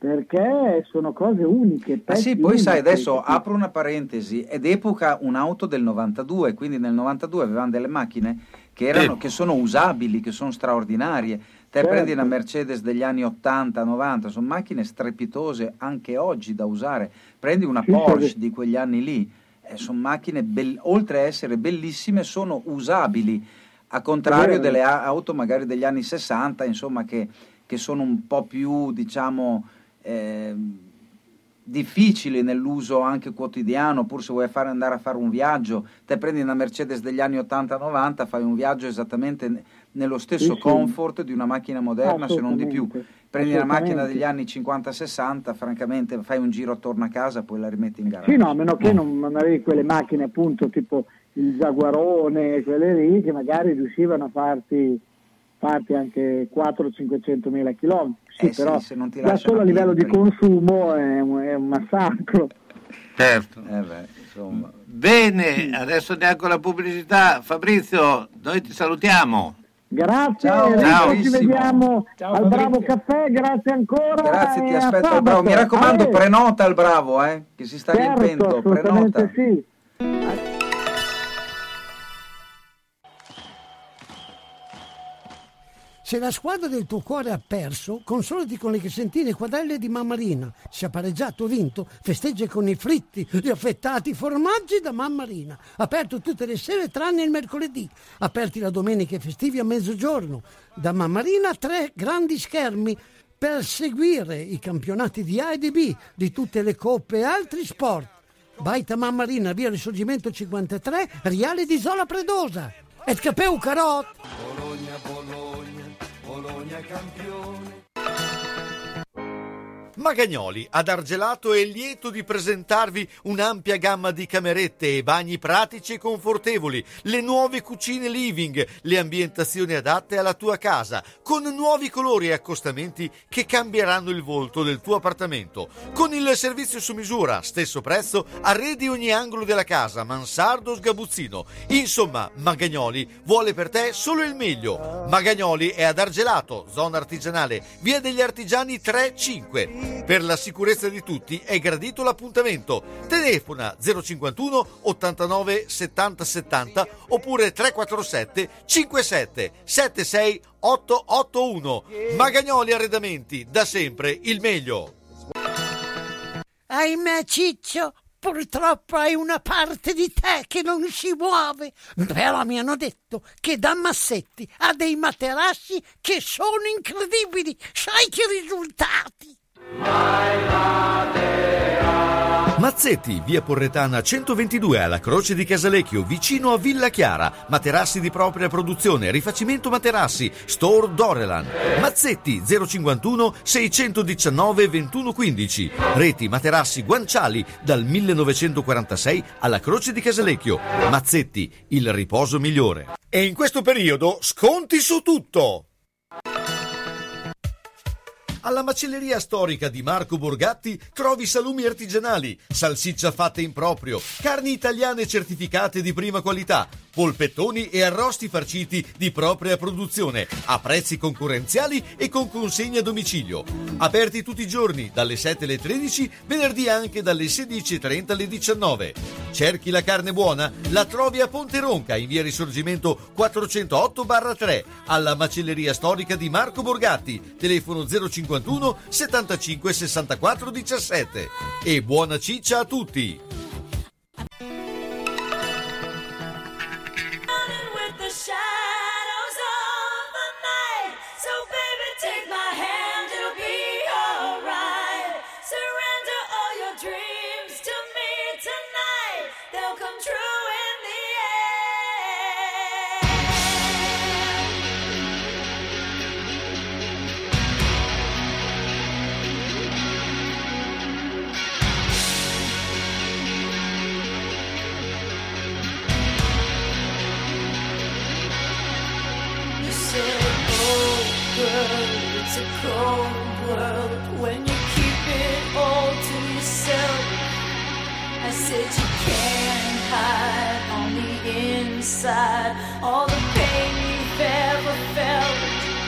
perché sono cose uniche. Ma sì, pezzi poi sai, unici, adesso capito? apro una parentesi, è d'epoca un'auto del novantadue, quindi nel novantadue avevamo delle macchine che, erano, Sì. che sono usabili, che sono straordinarie. Te Certo. prendi una Mercedes degli anni ottanta novanta, sono macchine strepitose anche oggi da usare. Prendi una Sì, Porsche sì. di quegli anni lì, eh, sono macchine, bell- oltre a essere bellissime, sono usabili, a contrario Vero. delle a- auto magari degli anni sessanta, insomma, che, che sono un po' più, diciamo... eh, difficili nell'uso anche quotidiano, pur se vuoi fare, andare a fare un viaggio, te prendi una Mercedes degli anni ottanta novanta, fai un viaggio esattamente ne- nello stesso Sì, sì. comfort di una macchina moderna, se non di più. Assolutamente. Prendi una macchina Assolutamente. degli anni cinquanta sessanta, francamente fai un giro attorno a casa, poi la rimetti in garage. Sì, no, a meno che non, non avevi quelle macchine appunto tipo il Jaguarone, quelle lì, che magari riuscivano a farti, farti anche quattrocento cinquecento mila chilometri. Sì, Eh sì, però se non ti già lasciano solo a livello di piedi, consumo è un, è un massacro. Certo. Eh beh, insomma. Bene, adesso andiamo con la pubblicità. Fabrizio, noi ti salutiamo. Grazie Ciao, Enrico, ciao. ci vediamo Ciao, al Fabrizio. Bravo Caffè, grazie ancora. Grazie, ti e a aspetto al sabato. Bravo. Mi raccomando, Ah, eh. prenota al Bravo, eh, che si sta Certo, riempiendo. assolutamente Prenota. sì. Se la squadra del tuo cuore ha perso, consolati con le crescentine quadrelle di Mamma Rina. Se ha pareggiato o vinto, festeggia con i fritti, gli affettati formaggi da Mamma Rina. Aperto tutte le sere tranne il mercoledì. Aperti la domenica e festivi a mezzogiorno. Da Mamma Rina tre grandi schermi per seguire i campionati di A e di B, di tutte le coppe e altri sport. Baita Mamma Rina, via Risorgimento cinquantatré, Riale di Zola Predosa. Et capeu carot! Bologna, Bologna, Bologna campione. Magagnoli ad Argelato è lieto di presentarvi un'ampia gamma di camerette e bagni pratici e confortevoli, le nuove cucine living, le ambientazioni adatte alla tua casa, con nuovi colori e accostamenti che cambieranno il volto del tuo appartamento. Con il servizio su misura, stesso prezzo, arredi ogni angolo della casa, mansardo, sgabuzzino. Insomma, Magagnoli vuole per te solo il meglio. Magagnoli è ad Argelato, zona artigianale, via degli Artigiani tre cinque. Per la sicurezza di tutti è gradito l'appuntamento. Telefona zero cinquantuno ottantanove settanta settanta oppure tre quattro sette cinquantasette settantasei ottocentottantuno. Magagnoli Arredamenti, da sempre il meglio. Ahimè Ciccio, purtroppo hai una parte di te che non si muove, però mi hanno detto che da Massetti ha dei materassi che sono incredibili. Sai che risultati? Mazzetti, via Porretana centoventidue alla Croce di Casalecchio, vicino a Villa Chiara. Materassi di propria produzione, rifacimento materassi, Store Dorelan. Mazzetti zero cinquantuno seicentodiciannove ventuno quindici. Reti materassi guanciali dal millenovecentoquarantasei alla Croce di Casalecchio. Mazzetti, il riposo migliore. E in questo periodo sconti su tutto! Alla macelleria storica di Marco Borgatti trovi salumi artigianali, salsiccia fatta in proprio, carni italiane certificate di prima qualità, polpettoni e arrosti farciti di propria produzione, a prezzi concorrenziali e con consegna a domicilio. Aperti tutti i giorni, dalle sette alle tredici, venerdì anche dalle sedici e trenta alle diciannove. Cerchi la carne buona? La trovi a Ponte Ronca, in via Risorgimento quattrocentootto tre, alla macelleria storica di Marco Borgatti, telefono zero cinquantuno settantacinque sessantaquattro diciassette. E buona ciccia a tutti! It's a cold world when you keep it all to yourself. I said you can't hide on the inside all the pain you've ever felt.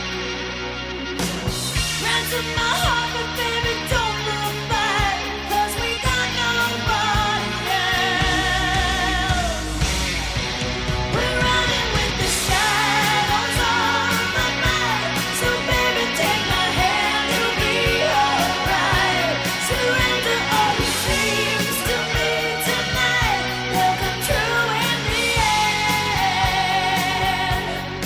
Ransom my heart, but baby don't look back, 'cause we got nobody else. We're running with the shadows on the night, so baby take my hand, it'll be alright. Surrender all your dreams to me tonight, they'll come true in the end.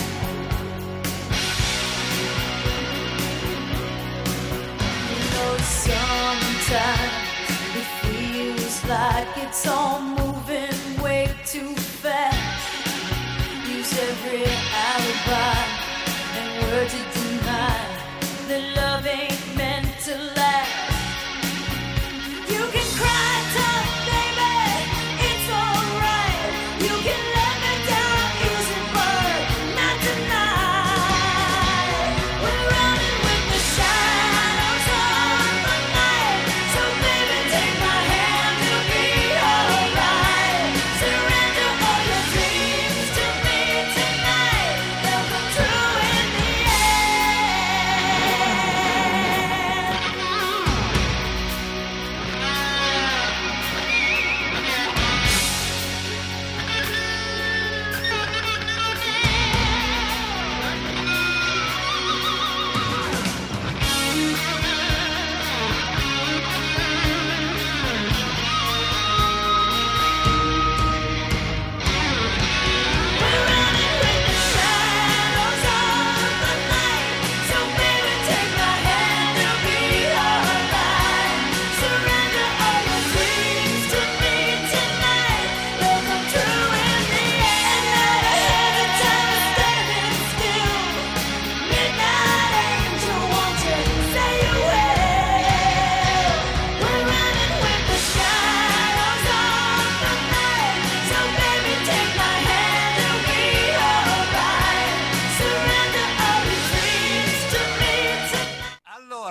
You know sometimes it feels like it's all moving way too fast. Use every alibi and word to deny that love ain't meant to last. You can cry tough, baby, it's alright. You can let me down easy, but not tonight. We're running with the shadows on the night, so baby take my hand, it'll be alright. Surrender all your dreams to me tonight, they'll come true.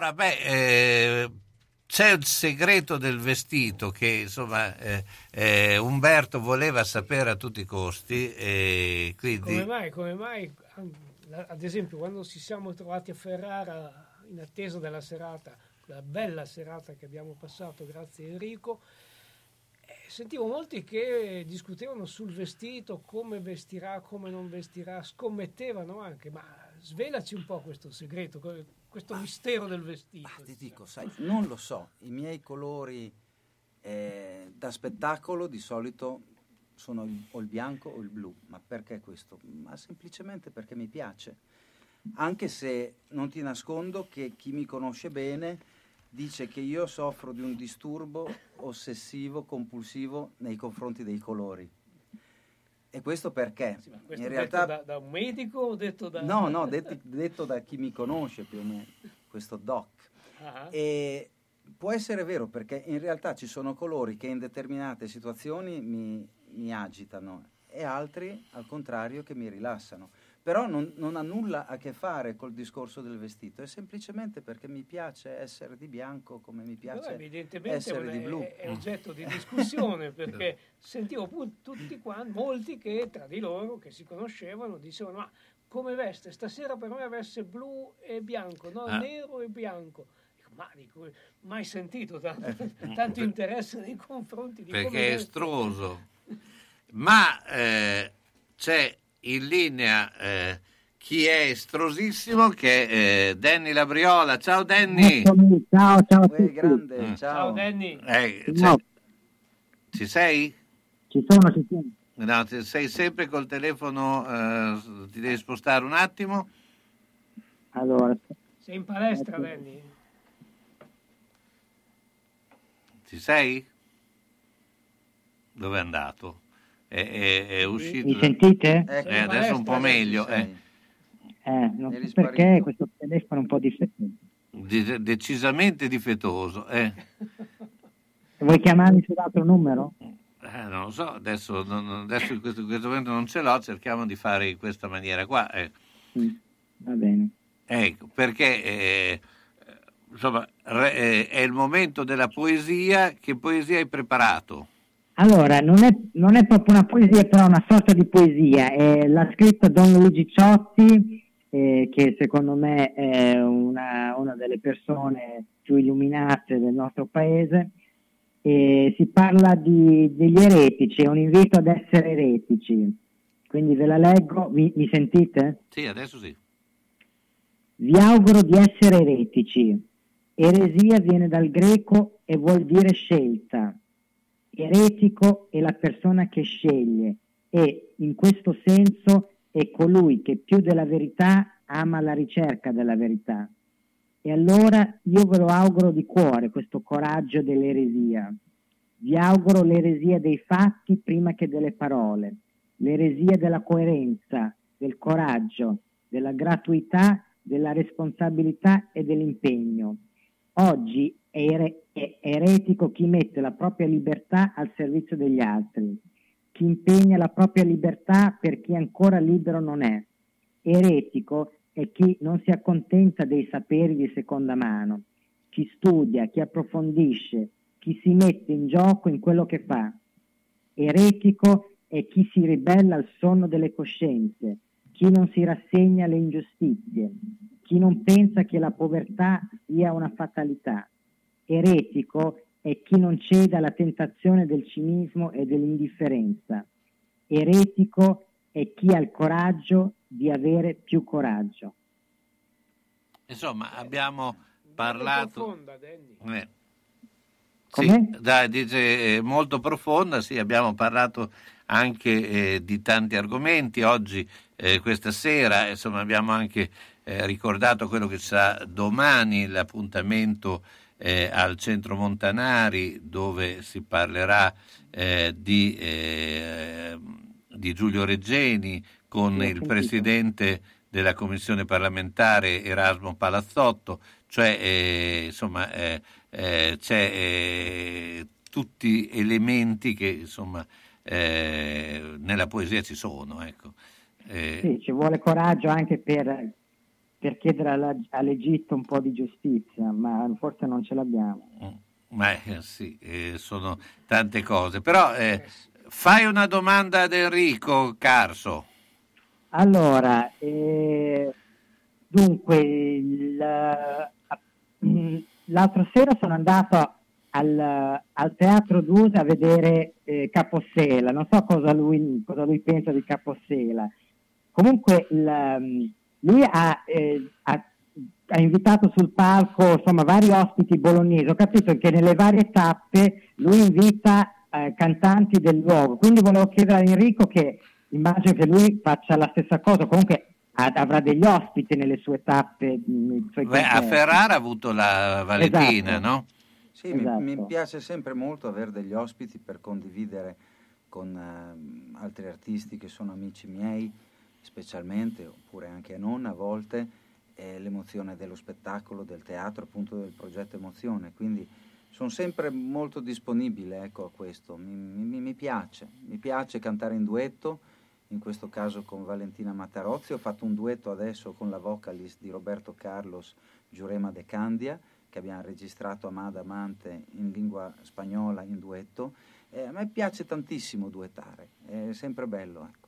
Allora, beh, eh, c'è il segreto del vestito che insomma eh, eh, Umberto voleva sapere a tutti i costi, e quindi... Come mai, come mai, ad esempio, quando ci siamo trovati a Ferrara in attesa della serata, la bella serata che abbiamo passato, grazie a Enrico, eh, sentivo molti che discutevano sul vestito, come vestirà, come non vestirà, scommettevano anche, ma svelaci un po' questo segreto, questo mistero del vestito. Ah, ti dico, sai, non lo so, i miei colori eh, da spettacolo di solito sono il, o il bianco o il blu, ma perché questo? Ma semplicemente perché mi piace, anche se non ti nascondo che chi mi conosce bene dice che io soffro di un disturbo ossessivo compulsivo nei confronti dei colori. E questo perché? Sì, ma questo in detto realtà da, da un medico o detto da... No, no, detto, detto da chi mi conosce più o meno, questo doc. Ah. E può essere vero perché in realtà ci sono colori che in determinate situazioni mi, mi agitano e altri al contrario che mi rilassano. Però non, non ha nulla a che fare col discorso del vestito, è semplicemente perché mi piace essere di bianco come mi piace Però evidentemente essere di blu. È, è oggetto di discussione perché sentivo appunto tutti quanti, molti che tra di loro che si conoscevano dicevano ma come veste stasera per me veste blu e bianco, no Ah. nero e bianco. Dico, ma dico, mai sentito tanto, tanto interesse nei confronti di come perché è veste. estroso. Ma eh, c'è in linea eh, chi è estrosissimo, che è eh, Danny Labriola. Ciao Danny. Ciao, ciao a Uè, tutti. grande, Mm. ciao. Ciao Danny. Eh, Ciao. c'è- ci sei? Ci sono, ci sono. No, ti- sei sempre col telefono, eh, ti devi spostare un attimo. Allora, Sei in palestra Danny? Ci sei? Dove è andato? È, è- è uscito. mi da- sentite? Ecco, Eh, adesso un po' meglio. Eh. Eh, non Eri so perché sparito. questo telefono è un po' difettoso. De- decisamente difettoso. Eh. Vuoi chiamarmi sull'altro numero? Eh, non lo so, adesso, non- adesso in, questo, in questo momento non ce l'ho, cerchiamo di fare in questa maniera qua. eh. Sì, va bene. Ecco, perché eh, insomma re- eh, è il momento della poesia. Che poesia hai preparato? Allora, non è, non è proprio una poesia, però una sorta di poesia. Eh, l'ha scritta Don Luigi Ciotti, eh, che secondo me è una, una delle persone più illuminate del nostro paese. E si parla di, degli eretici, è un invito ad essere eretici. Quindi ve la leggo, mi, mi sentite? Sì, adesso sì. Vi auguro di essere eretici. Eresia viene dal greco e vuol dire scelta. Eretico è la persona che sceglie e, in questo senso, è colui che più della verità ama la ricerca della verità. E allora io ve lo auguro di cuore, questo coraggio dell'eresia. Vi auguro l'eresia dei fatti prima che delle parole, l'eresia della coerenza, del coraggio, della gratuità, della responsabilità e dell'impegno. Oggi è, ere- è eretico chi mette la propria libertà al servizio degli altri, chi impegna la propria libertà per chi ancora libero non è. Eretico è chi non si accontenta dei saperi di seconda mano, chi studia, chi approfondisce, chi si mette in gioco in quello che fa. Eretico è chi si ribella al sonno delle coscienze, chi non si rassegna alle ingiustizie, chi non pensa che la povertà sia una fatalità. Eretico è chi non cede alla tentazione del cinismo e dell'indifferenza. Eretico è chi ha il coraggio di avere più coraggio. Insomma, abbiamo parlato. Profonda, Danny. Eh. Com'è? Sì, dai, dice eh, molto profonda, sì, abbiamo parlato anche eh, di tanti argomenti oggi, eh, questa sera, insomma abbiamo anche eh, ricordato quello che sarà domani, l'appuntamento eh, al Centro Montanari, dove si parlerà eh, di, eh, di Giulio Reggeni con il presidente della commissione parlamentare Erasmo Palazzotto, cioè eh, insomma eh, eh, c'è eh, tutti elementi che insomma eh, nella poesia ci sono, ecco. Eh, Sì, ci vuole coraggio anche per per chiedere alla, all'Egitto un po' di giustizia, ma forse non ce l'abbiamo. Ma eh, sì, eh, sono tante cose. Però eh, fai una domanda ad Enrico Carso. Allora, eh, dunque, il, l'altra sera sono andato al, al Teatro Duse a vedere eh, Capossela, non so cosa lui, cosa lui pensa di Capossela. Comunque il, lui ha, eh, ha, ha invitato sul palco insomma vari ospiti bolognesi. Ho capito che nelle varie tappe lui invita eh, cantanti del luogo, quindi volevo chiedere a Enrico, che immagino che lui faccia la stessa cosa, comunque ad, avrà degli ospiti nelle sue tappe. Nei suoi Beh, a Ferrara ha avuto la Valentina, esatto. no? Sì, Esatto. mi, mi piace sempre molto avere degli ospiti per condividere con eh, altri artisti che sono amici miei, specialmente, oppure anche non a volte, eh, l'emozione dello spettacolo, del teatro, appunto del progetto Emozione. Quindi sono sempre molto disponibile, ecco, a questo. Mi, mi, mi piace, mi piace cantare in duetto, in questo caso con Valentina Matarozzi. Ho fatto un duetto adesso con la vocalist di Roberto Carlos, Jurema de Candia, che abbiamo registrato Amada Amante in lingua spagnola in duetto. Eh, a me piace tantissimo duettare, è sempre bello, ecco.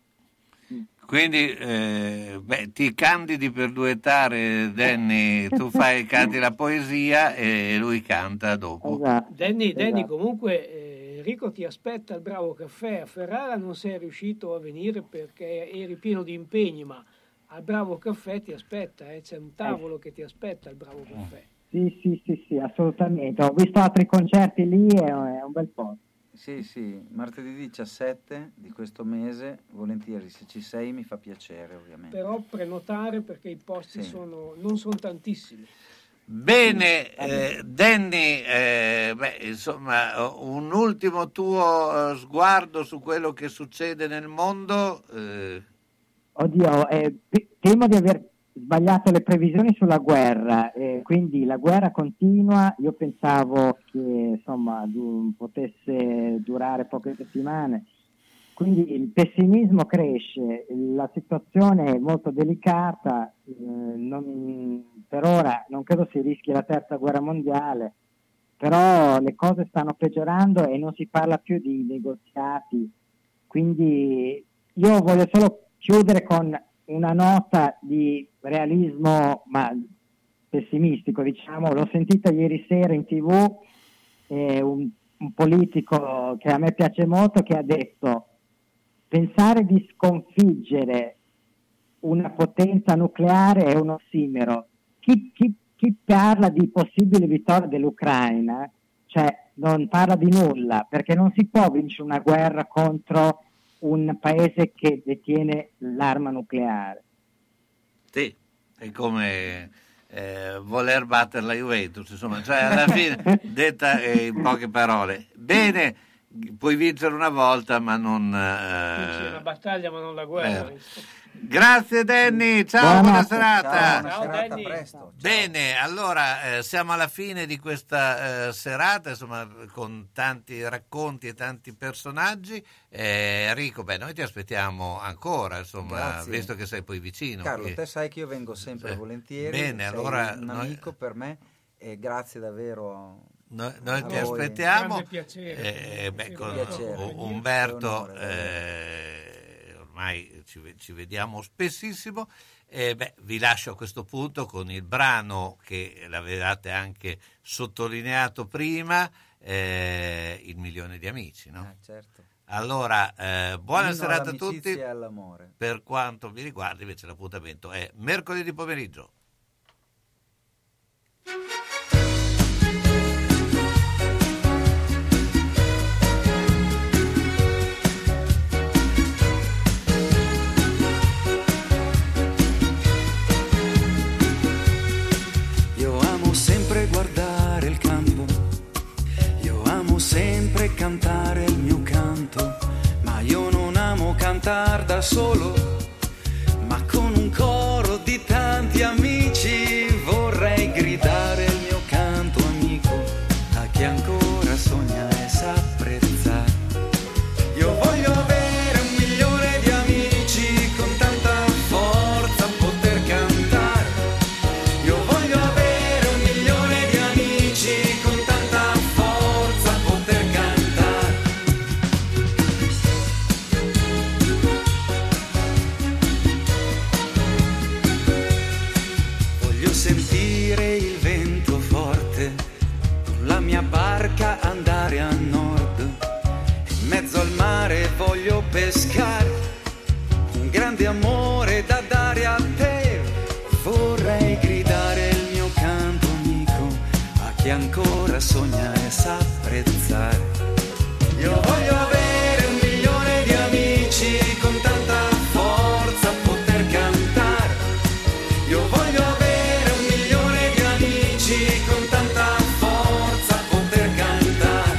Quindi eh, beh, ti candidi per duettare, Danny, tu fai, canti la poesia e lui canta dopo. Esatto. Danny, Danny Esatto. comunque eh, Enrico ti aspetta al Bravo Caffè. A Ferrara non sei riuscito a venire perché eri pieno di impegni, ma al Bravo Caffè ti aspetta, eh? C'è un tavolo che ti aspetta al Bravo Caffè. Sì, sì, sì, sì, assolutamente. Ho visto altri concerti lì e è un bel po'. Sì, sì, martedì diciassette di questo mese, volentieri, se ci sei mi fa piacere, ovviamente. Però prenotare perché i posti Sì. sono, non sono tantissimi. Bene, eh, Danny, eh, beh, insomma, un ultimo tuo eh, sguardo su quello che succede nel mondo. Eh. Oddio, eh, p- temo di aver sbagliato le previsioni sulla guerra, eh, quindi la guerra continua. Io pensavo che insomma du- potesse durare poche settimane, quindi il pessimismo cresce, la situazione è molto delicata, eh, non, per ora non credo si rischi la terza guerra mondiale, però le cose stanno peggiorando e non si parla più di negoziati, quindi io voglio solo chiudere con una nota di realismo ma pessimistico, diciamo. L'ho sentita ieri sera in tv, eh, un, un politico che a me piace molto, che ha detto: pensare di sconfiggere una potenza nucleare è un ossimero. Chi, chi, chi parla di possibile vittoria dell'Ucraina, cioè non parla di nulla, perché non si può vincere una guerra contro un paese che detiene l'arma nucleare. Sì, è come eh, voler battere la Juventus, insomma, cioè alla fine, detta eh, in poche parole. Bene, puoi vincere una volta, ma non... Eh, Vinci la battaglia ma non la guerra. eh. Grazie Danny, ciao, buona serata. Ciao, buona Ciao, serata, Danny. a presto. Ciao. Bene, allora eh, siamo alla fine di questa eh, serata, insomma, con tanti racconti e tanti personaggi. Eh, Enrico, beh, noi ti aspettiamo ancora, insomma, Grazie. visto che sei poi vicino. Carlo, qui. te sai che io vengo sempre Eh, volentieri, bene, sei allora un noi- amico per me e grazie davvero. Noi, noi a ti voi. aspettiamo. Grande piacere. Eh, beh, con Piacere. U- Umberto, È un onore, eh, ormai ci, ci vediamo spessissimo. Eh, beh, vi lascio a questo punto con il brano che l'avevate anche sottolineato prima, eh, Il milione di amici, no? Eh, certo. Allora, eh, buona Inno serata a all'amicizia tutti. e all'amore. Per quanto mi riguarda, invece, l'appuntamento è mercoledì pomeriggio. Io amo sempre guardare il campo, io amo sempre cantare il mio canto, ma io non amo cantar da solo, ma con un coro di tanti amici vorrei gridare il mio canto amico a chi ancora sogna e sa apprezzare. Io voglio avere un milione di amici con tanta forza poter cantare pescare, un grande amore da dare a te. Vorrei gridare il mio canto amico a chi ancora sogna e sa apprezzare. Io voglio avere un milione di amici con tanta forza poter cantare. Io voglio avere un milione di amici con tanta forza poter cantare.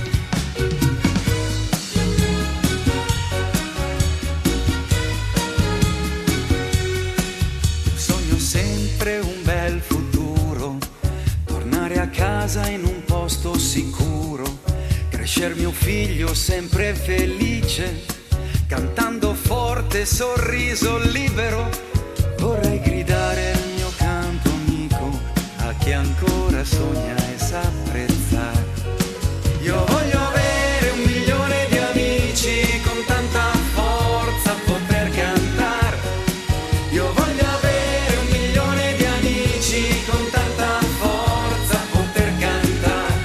Sogno sempre un bel futuro, tornare a casa in un posto sicuro, crescer mio figlio sempre felice, cantando forte, sorriso libero. Vorrei gridare il mio canto amico a chi ancora sogna e sa apprezzare. Io voglio avere un milione di amici con tanta forza poter cantare. Io voglio avere un milione di amici con tanta forza poter cantare.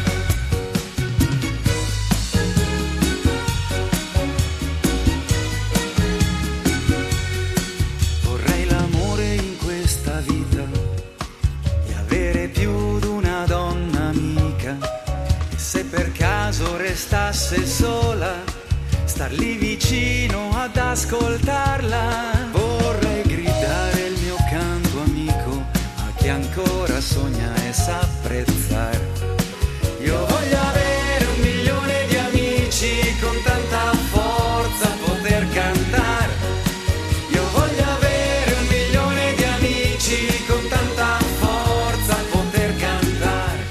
Vorrei l'amore in questa vita e avere più di una donna amica. E se per caso restasse sola, star lì vicino ad ascoltarla. Vorrei gridare il mio canto amico a chi ancora sogna e sa apprezzare. Io voglio avere un milione di amici con tanta forza poter cantare. Io voglio avere un milione di amici con tanta forza poter cantare.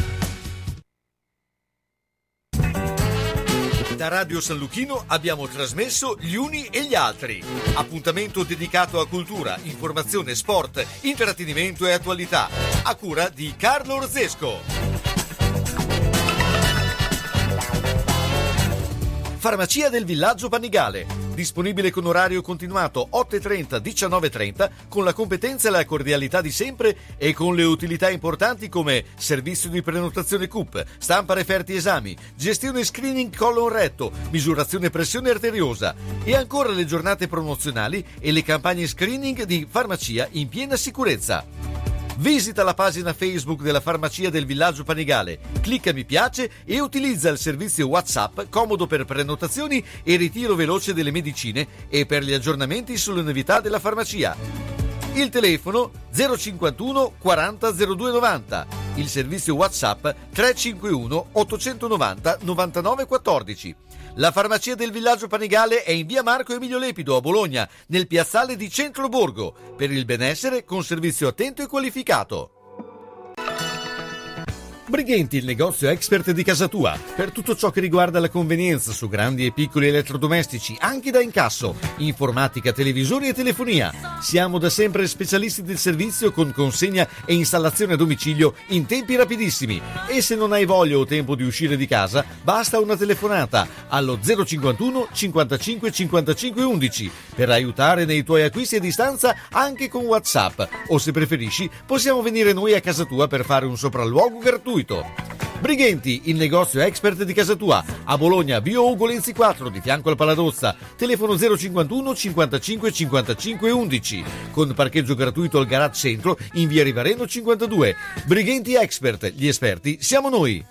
Da Radio San Luchino abbiamo trasmesso Gli Uni e gli Altri. Appuntamento dedicato a cultura, informazione, sport, intrattenimento e attualità. A cura di Carlo Orzesco. Farmacia del Villaggio Panigale. Disponibile con orario continuato otto e trenta diciannove e trenta, con la competenza e la cordialità di sempre e con le utilità importanti come servizio di prenotazione C U P, stampa referti esami, gestione screening colon retto, misurazione pressione arteriosa e ancora le giornate promozionali e le campagne screening di farmacia in piena sicurezza. Visita la pagina Facebook della Farmacia del Villaggio Panigale, clicca mi piace e utilizza il servizio WhatsApp comodo per prenotazioni e ritiro veloce delle medicine e per gli aggiornamenti sulle novità della farmacia. Il telefono zero cinquantuno quaranta zero due novanta, il servizio WhatsApp tre cinque uno ottocentonovanta novantanove quattordici. La Farmacia del Villaggio Panigale è in via Marco Emilio Lepido a Bologna, nel piazzale di Centro Borgo, per il benessere con servizio attento e qualificato. Brighenti, il negozio expert di casa tua, per tutto ciò che riguarda la convenienza su grandi e piccoli elettrodomestici, anche da incasso, informatica, televisori e telefonia. Siamo da sempre specialisti del servizio con consegna e installazione a domicilio in tempi rapidissimi. E se non hai voglia o tempo di uscire di casa, basta una telefonata allo zero cinquantuno cinquantacinque cinquantacinque undici per aiutare nei tuoi acquisti a distanza anche con WhatsApp. O se preferisci, possiamo venire noi a casa tua per fare un sopralluogo gratuito. Brighenti, il negozio expert di casa tua, a Bologna, via Ugo Lenzi quattro, di fianco al Paladozza, telefono zero cinquantuno cinquantacinque cinquantacinque undici, con parcheggio gratuito al garage centro in via Rivareno cinquantadue. Brighenti Expert, gli esperti siamo noi.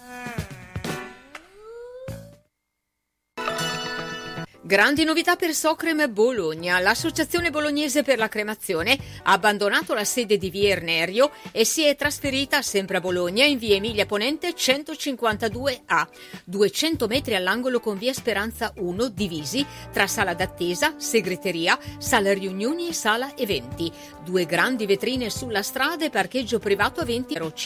Grandi novità per Socrem Bologna. L'associazione bolognese per la cremazione ha abbandonato la sede di via Ernerio e si è trasferita sempre a Bologna in via Emilia Ponente centocinquantadue A, duecento metri all'angolo con via Speranza uno, divisi tra sala d'attesa, segreteria, sala riunioni e sala eventi. Due grandi vetrine sulla strada e parcheggio privato a venti euro.